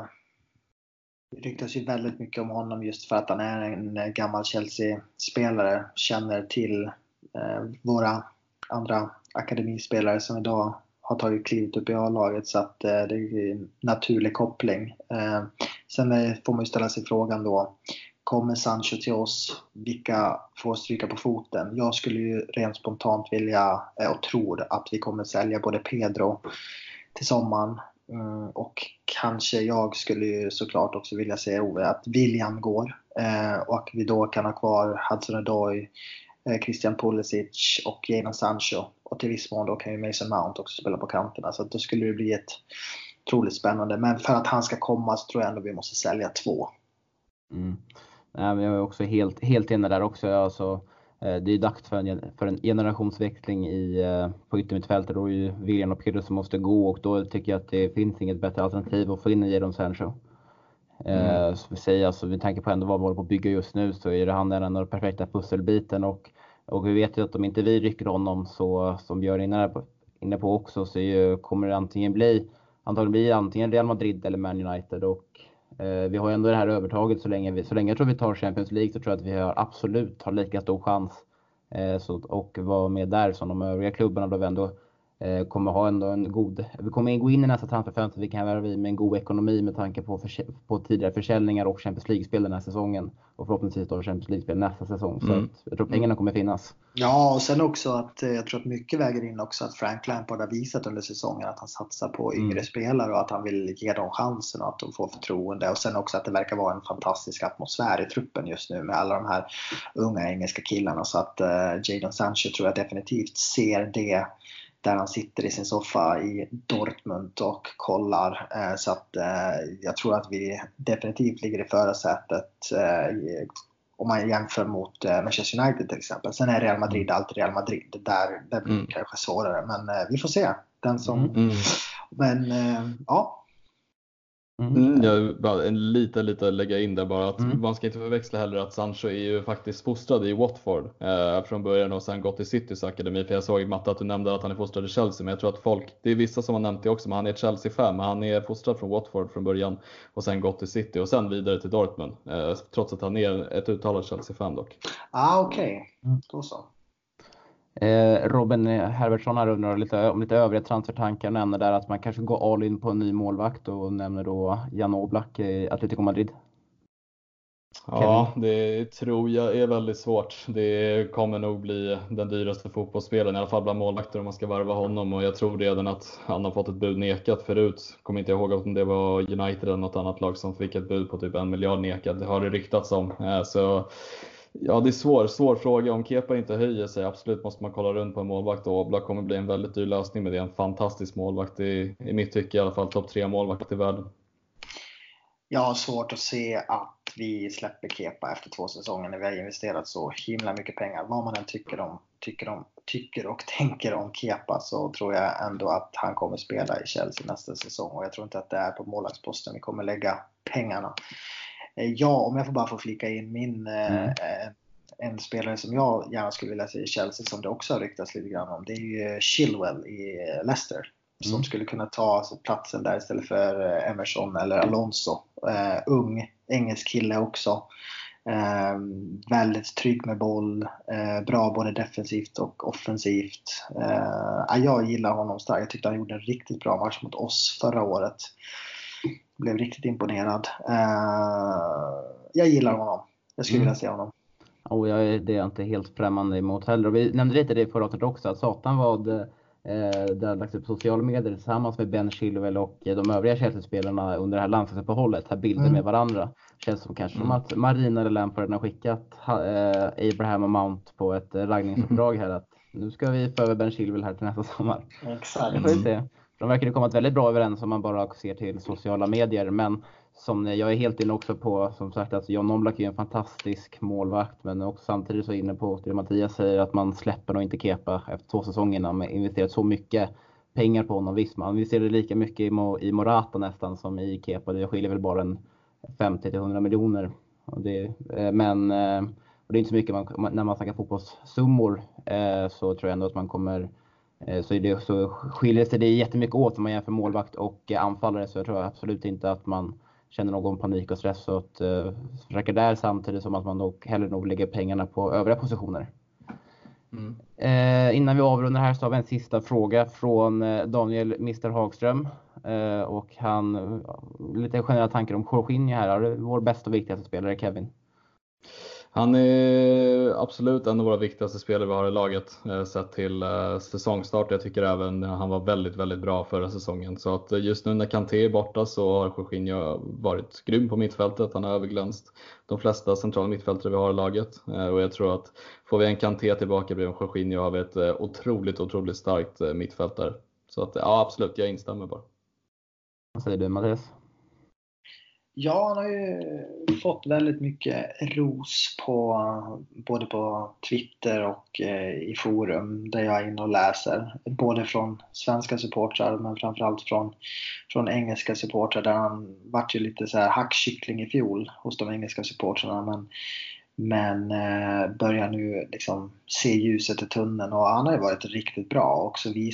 det ryktas ju väldigt mycket om honom just för att han är en gammal Chelsea-spelare. Känner till våra andra akademispelare som idag har tagit klivet upp i A-laget, så att det är en naturlig koppling. Sen får man ju ställa sig frågan då, kommer Sancho till oss? Vilka får stryka på foten? Jag skulle ju rent spontant vilja och tror att vi kommer sälja både Pedro till sommaren. Och kanske jag skulle ju såklart också vilja säga Ove att William går. Och att vi då kan ha kvar Hudson-Odoi, Christian Pulisic och Jadon Sancho. Och till viss mån då kan ju Mason Mount också spela på kanterna. Så då skulle det bli ett otroligt spännande. Men för att han ska komma så tror jag ändå vi måste sälja 2. Nej, men jag är också helt inne där också. Alltså, det är dags för en generationsväxling på yttermittfältet. Då är ju William och Pedro som måste gå, och då tycker jag att det finns inget bättre alternativ att få in i Jadon Sancho. Så vi säger, alltså, vi tänker på ändå vad vi håller på att bygga just nu, så är det han den perfekta pusselbiten, och vi vet ju att om inte vi rycker honom, så som Björn inne på också, så kommer det antagligen bli antingen Real Madrid eller Man United, och Vi har ju ändå det här övertaget så länge jag tror vi tar Champions League, så tror jag att vi absolut har lika stor chans och vara med där som de övriga klubbarna, då vi ändå kommer ha ändå vi kommer gå in i nästa transferfönster, vi kan vara med en god ekonomi med tanke på tidigare försäljningar och Champions League-spel den här säsongen, och förhoppningsvis då Champions League-spel nästa säsong. Så att jag tror pengarna kommer finnas. Ja, och sen också att jag tror att mycket väger in också att Frank Lampard har visat under säsongen att han satsar på yngre spelare och att han vill ge dem chansen och att de får förtroende. Och sen också att det verkar vara en fantastisk atmosfär i truppen just nu med alla de här unga engelska killarna. Så att Jadon Sancho tror jag definitivt ser det där han sitter i sin soffa i Dortmund och kollar. Så att jag tror att vi definitivt ligger i förarsätet om man jämför mot Manchester United till exempel. Sen är Real Madrid alltid Real Madrid. Där blir det kanske svårare. Men vi får se. Men ja. Jag bara lite lägga in där bara att man ska inte förväxla heller att Sancho är ju faktiskt fostrad i Watford från början och sen gått i Citys akademi. För jag såg Matte att du nämnde att han är fostrad i Chelsea, men jag tror att det är vissa som har nämnt det också, men han är Chelsea-fan, men han är fostrad från Watford från början och sen gått till City och sen vidare till Dortmund, trots att han är ett uttalat Chelsea-fan dock. Okej. Då så. Robin Herbertsson här undrar om lite övriga transfertankar, nämner där att man kanske går all in på en ny målvakt och nämner då Jan Oblak i Atletico Madrid. Ja, det tror jag är väldigt svårt. Det kommer nog bli den dyraste fotbollsspelaren, i alla fall bland målvakter, om man ska varva honom. Och jag tror redan att han har fått ett bud nekat förut. Kommer inte ihåg om det var United eller något annat lag som fick ett bud på typ 1 miljard nekad. Det har det ryktats om. Så ja, det är svår fråga. Om Kepa inte höjer sig, absolut måste man kolla runt på en målvakt. Och Oblak kommer bli en väldigt dyr lösning, med det är en fantastisk målvakt. I mitt tycke i alla fall topp 3 målvakt i världen. Jag har svårt att se att vi släpper Kepa efter 2 säsonger när vi har investerat så himla mycket pengar. Vad man än tycker och tänker om Kepa, så tror jag ändå att han kommer spela i Chelsea nästa säsong. Och jag tror inte att det är på målvaktsposten vi kommer lägga pengarna. Ja, om jag får bara få flika in en spelare som jag gärna skulle vilja se i Chelsea, som det också har ryktats lite grann om, det är ju Chilwell i Leicester. Som skulle kunna ta platsen där istället för Emerson eller Alonso. Ung engelsk kille också. Väldigt trygg med boll. Bra både defensivt och offensivt. Jag gillar honom starkt. Jag tyckte han gjorde en riktigt bra match mot oss förra året. Blev riktigt imponerad. Jag gillar honom. Jag skulle vilja se honom. Det är jag inte helt främmande emot heller. Vi nämnde lite det förra året också, att satan vad det har lagts upp på sociala medier tillsammans med Ben Chilwell och de övriga Chelsea-spelarna under det här landslagsuppehållet. Här bilder med varandra. Känns som kanske som att Marina eller Lampard har skickat Abraham och Mount på ett raggningsuppdrag här, att nu ska vi få över Ben Chilwell här till nästa sommar. Exakt. Det får vi se. De verkar ju komma väldigt bra överens om man bara ser till sociala medier, men som jag är helt inne också på, som sagt, att Jan Oblak är en fantastisk målvakt, men också samtidigt så inne på det Mattias säger, att man släpper nog inte Kepa efter 2 säsonger när man investerat så mycket pengar på honom. Visst, man investerar lika mycket i Morata nästan som i Kepa. Det skiljer väl bara en 50-100 miljoner. Men det är inte så mycket när man snackar fotbollssummor, så tror jag ändå att man kommer så skiljer sig det jättemycket åt om man jämför målvakt och anfallare, så jag tror absolut inte att man känner någon panik och stress, så att försöka där, samtidigt som att man nog hellre nog lägger pengarna på övriga positioner. Innan vi avrundar här så har vi en sista fråga från Daniel Mr. Hagström, och han lite generella tankar om Jorginho här. Vår bästa och viktigaste spelare, Kevin. Han är absolut en av våra viktigaste spelare vi har i laget sett till säsongstart. Jag tycker även han var väldigt, väldigt bra förra säsongen. Så att just nu när Kanté är borta så har Jorginho varit grym på mittfältet. Han har överglänst de flesta centrala mittfältare vi har i laget. Och jag tror att får vi en Kanté tillbaka bredvid Jorginho har vi ett otroligt starkt mittfältare. Så att ja, absolut, jag instämmer bara. Vad säger du, Mattias? Ja, han har ju fått väldigt mycket ros både på Twitter och i forum där jag är inne och läser. Både från svenska supportrar, men framförallt från engelska supportrar, där han vart ju lite så här hackkyckling i fjol hos de engelska supportrarna. Men börjar nu liksom se ljuset i tunneln, och han har ju varit riktigt bra och också visat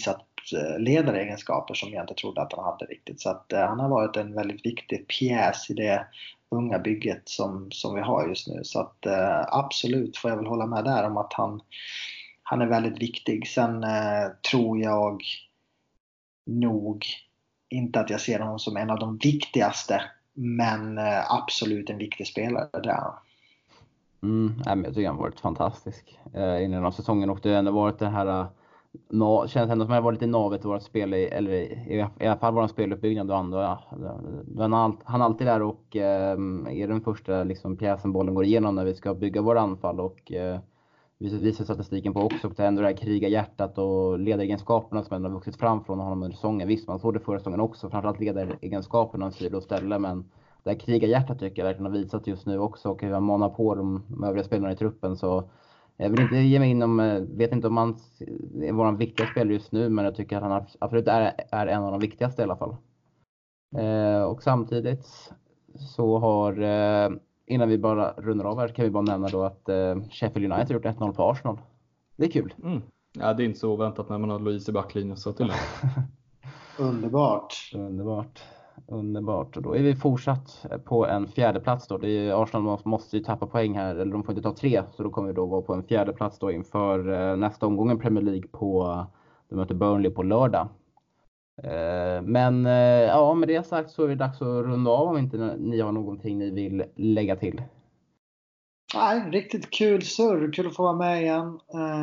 ledaregenskaper som jag inte trodde att han hade riktigt. Så att han har varit en väldigt viktig pjäs i det unga bygget som vi har just nu. Så att absolut får jag väl hålla med där om att han är väldigt viktig. Sen tror jag nog inte att jag ser honom som en av de viktigaste, men absolut en viktig spelare där. Jag tycker han har varit fantastisk i den här säsongen, och det har ändå varit det här känns ändå som att han var lite navet i vårt spel, eller i alla fall vår speluppbyggnad och andra. Han är alltid där och är den första liksom pjäsen bollen går igenom när vi ska bygga våra anfall, och visar statistiken på också. Och det är ändå det här krigarhjärtat och ledaregenskaperna som ändå har vuxit fram från honom under säsongen. Visst, man såg det förra säsongen också, framförallt ledaregenskaperna och ställe, men det här krigarhjärtat tycker jag verkligen har visat just nu också, och hur han manar på de övriga spelarna i truppen. Så jag vill inte ge mig in vet inte om han är vår viktiga spelare just nu, men jag tycker att han absolut är en av de viktigaste i alla fall. Och samtidigt så har, innan vi bara rundar av här, kan vi bara nämna då att Sheffield United har gjort 1-0 på Arsenal. Det är kul. Ja, det är inte så oväntat när man har Louise i backlinjen, så till Underbart. Och då är vi fortsatt på en fjärde plats då. Arsenal måste ju tappa poäng här, eller de får inte ta 3, så då kommer vi då vara på en fjärde plats då inför nästa omgång i Premier League de möter Burnley på lördag. Men ja, med det sagt så är det dags att runda av, om inte ni har någonting ni vill lägga till. Nej, riktigt kul surr. Kul att få vara med igen.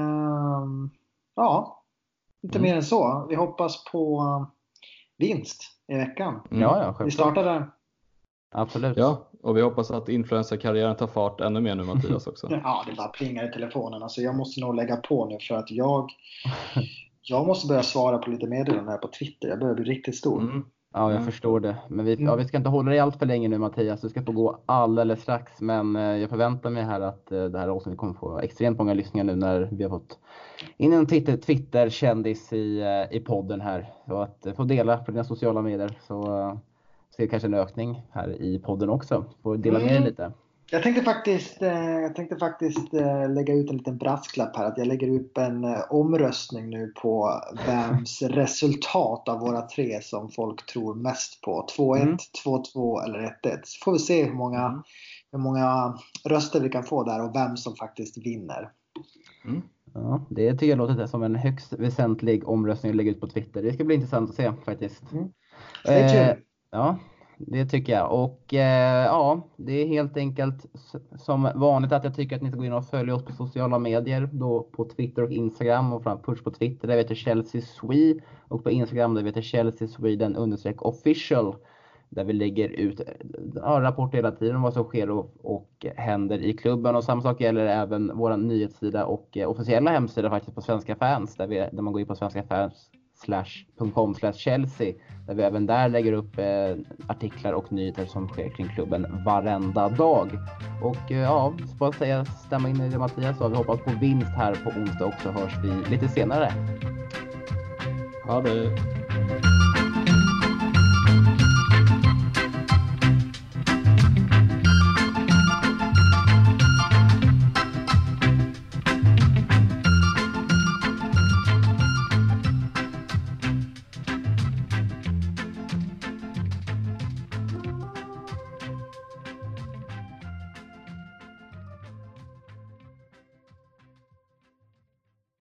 Ja, inte mer än så. Vi hoppas på vinst i veckan. Ja, vi startar där. Absolut. Ja, och vi hoppas att influencerkarriären tar fart ännu mer nu, Mattias, också. Ja, det bara plingar i telefonen. Alltså, jag måste nog lägga på nu, för att jag måste börja svara på lite meddelanden här på Twitter. Jag börjar bli riktigt stor. Ja, jag förstår det. Men vi ska inte hålla dig allt för länge nu, Mattias. Du ska få gå alldeles strax. Men jag förväntar mig här att det här avsnittet kommer få extremt många lyssningar nu när vi har fått in en Twitter-kändis i podden här. Så att få dela på dina sociala medier, så ser kanske en ökning här i podden också. Få dela med dig lite. Jag tänkte faktiskt lägga ut en liten brasklapp här. Att jag lägger upp en omröstning nu på vems resultat av våra 3 som folk tror mest på. 2-1, 2-2 eller 1-1. Så får vi se hur många röster vi kan få där och vem som faktiskt vinner. Ja, det tycker jag låter som en högst väsentlig omröstning att lägga ut på Twitter. Det ska bli intressant att se faktiskt. Ja, det tycker jag. Och ja, det är helt enkelt som vanligt att jag tycker att ni ska gå in och följa oss på sociala medier. Då på Twitter och Instagram. Och först på Twitter där vi heter Chelsea Swede. Och på Instagram där vi heter Chelsea Sweden _official. Där vi lägger ut rapporter hela tiden om vad som sker och händer i klubben. Och samma sak gäller även vår nyhetssida och officiella hemsida faktiskt på Svenska Fans. Där man går in på svenskafans.com/Chelsea. Där vi även där lägger upp artiklar och nyheter som sker kring klubben varenda dag. Och ja, så att säga, stämma in i det Mattias. Så vi hoppas på vinst här på onsdag också. Hörs vi lite senare. Ja, det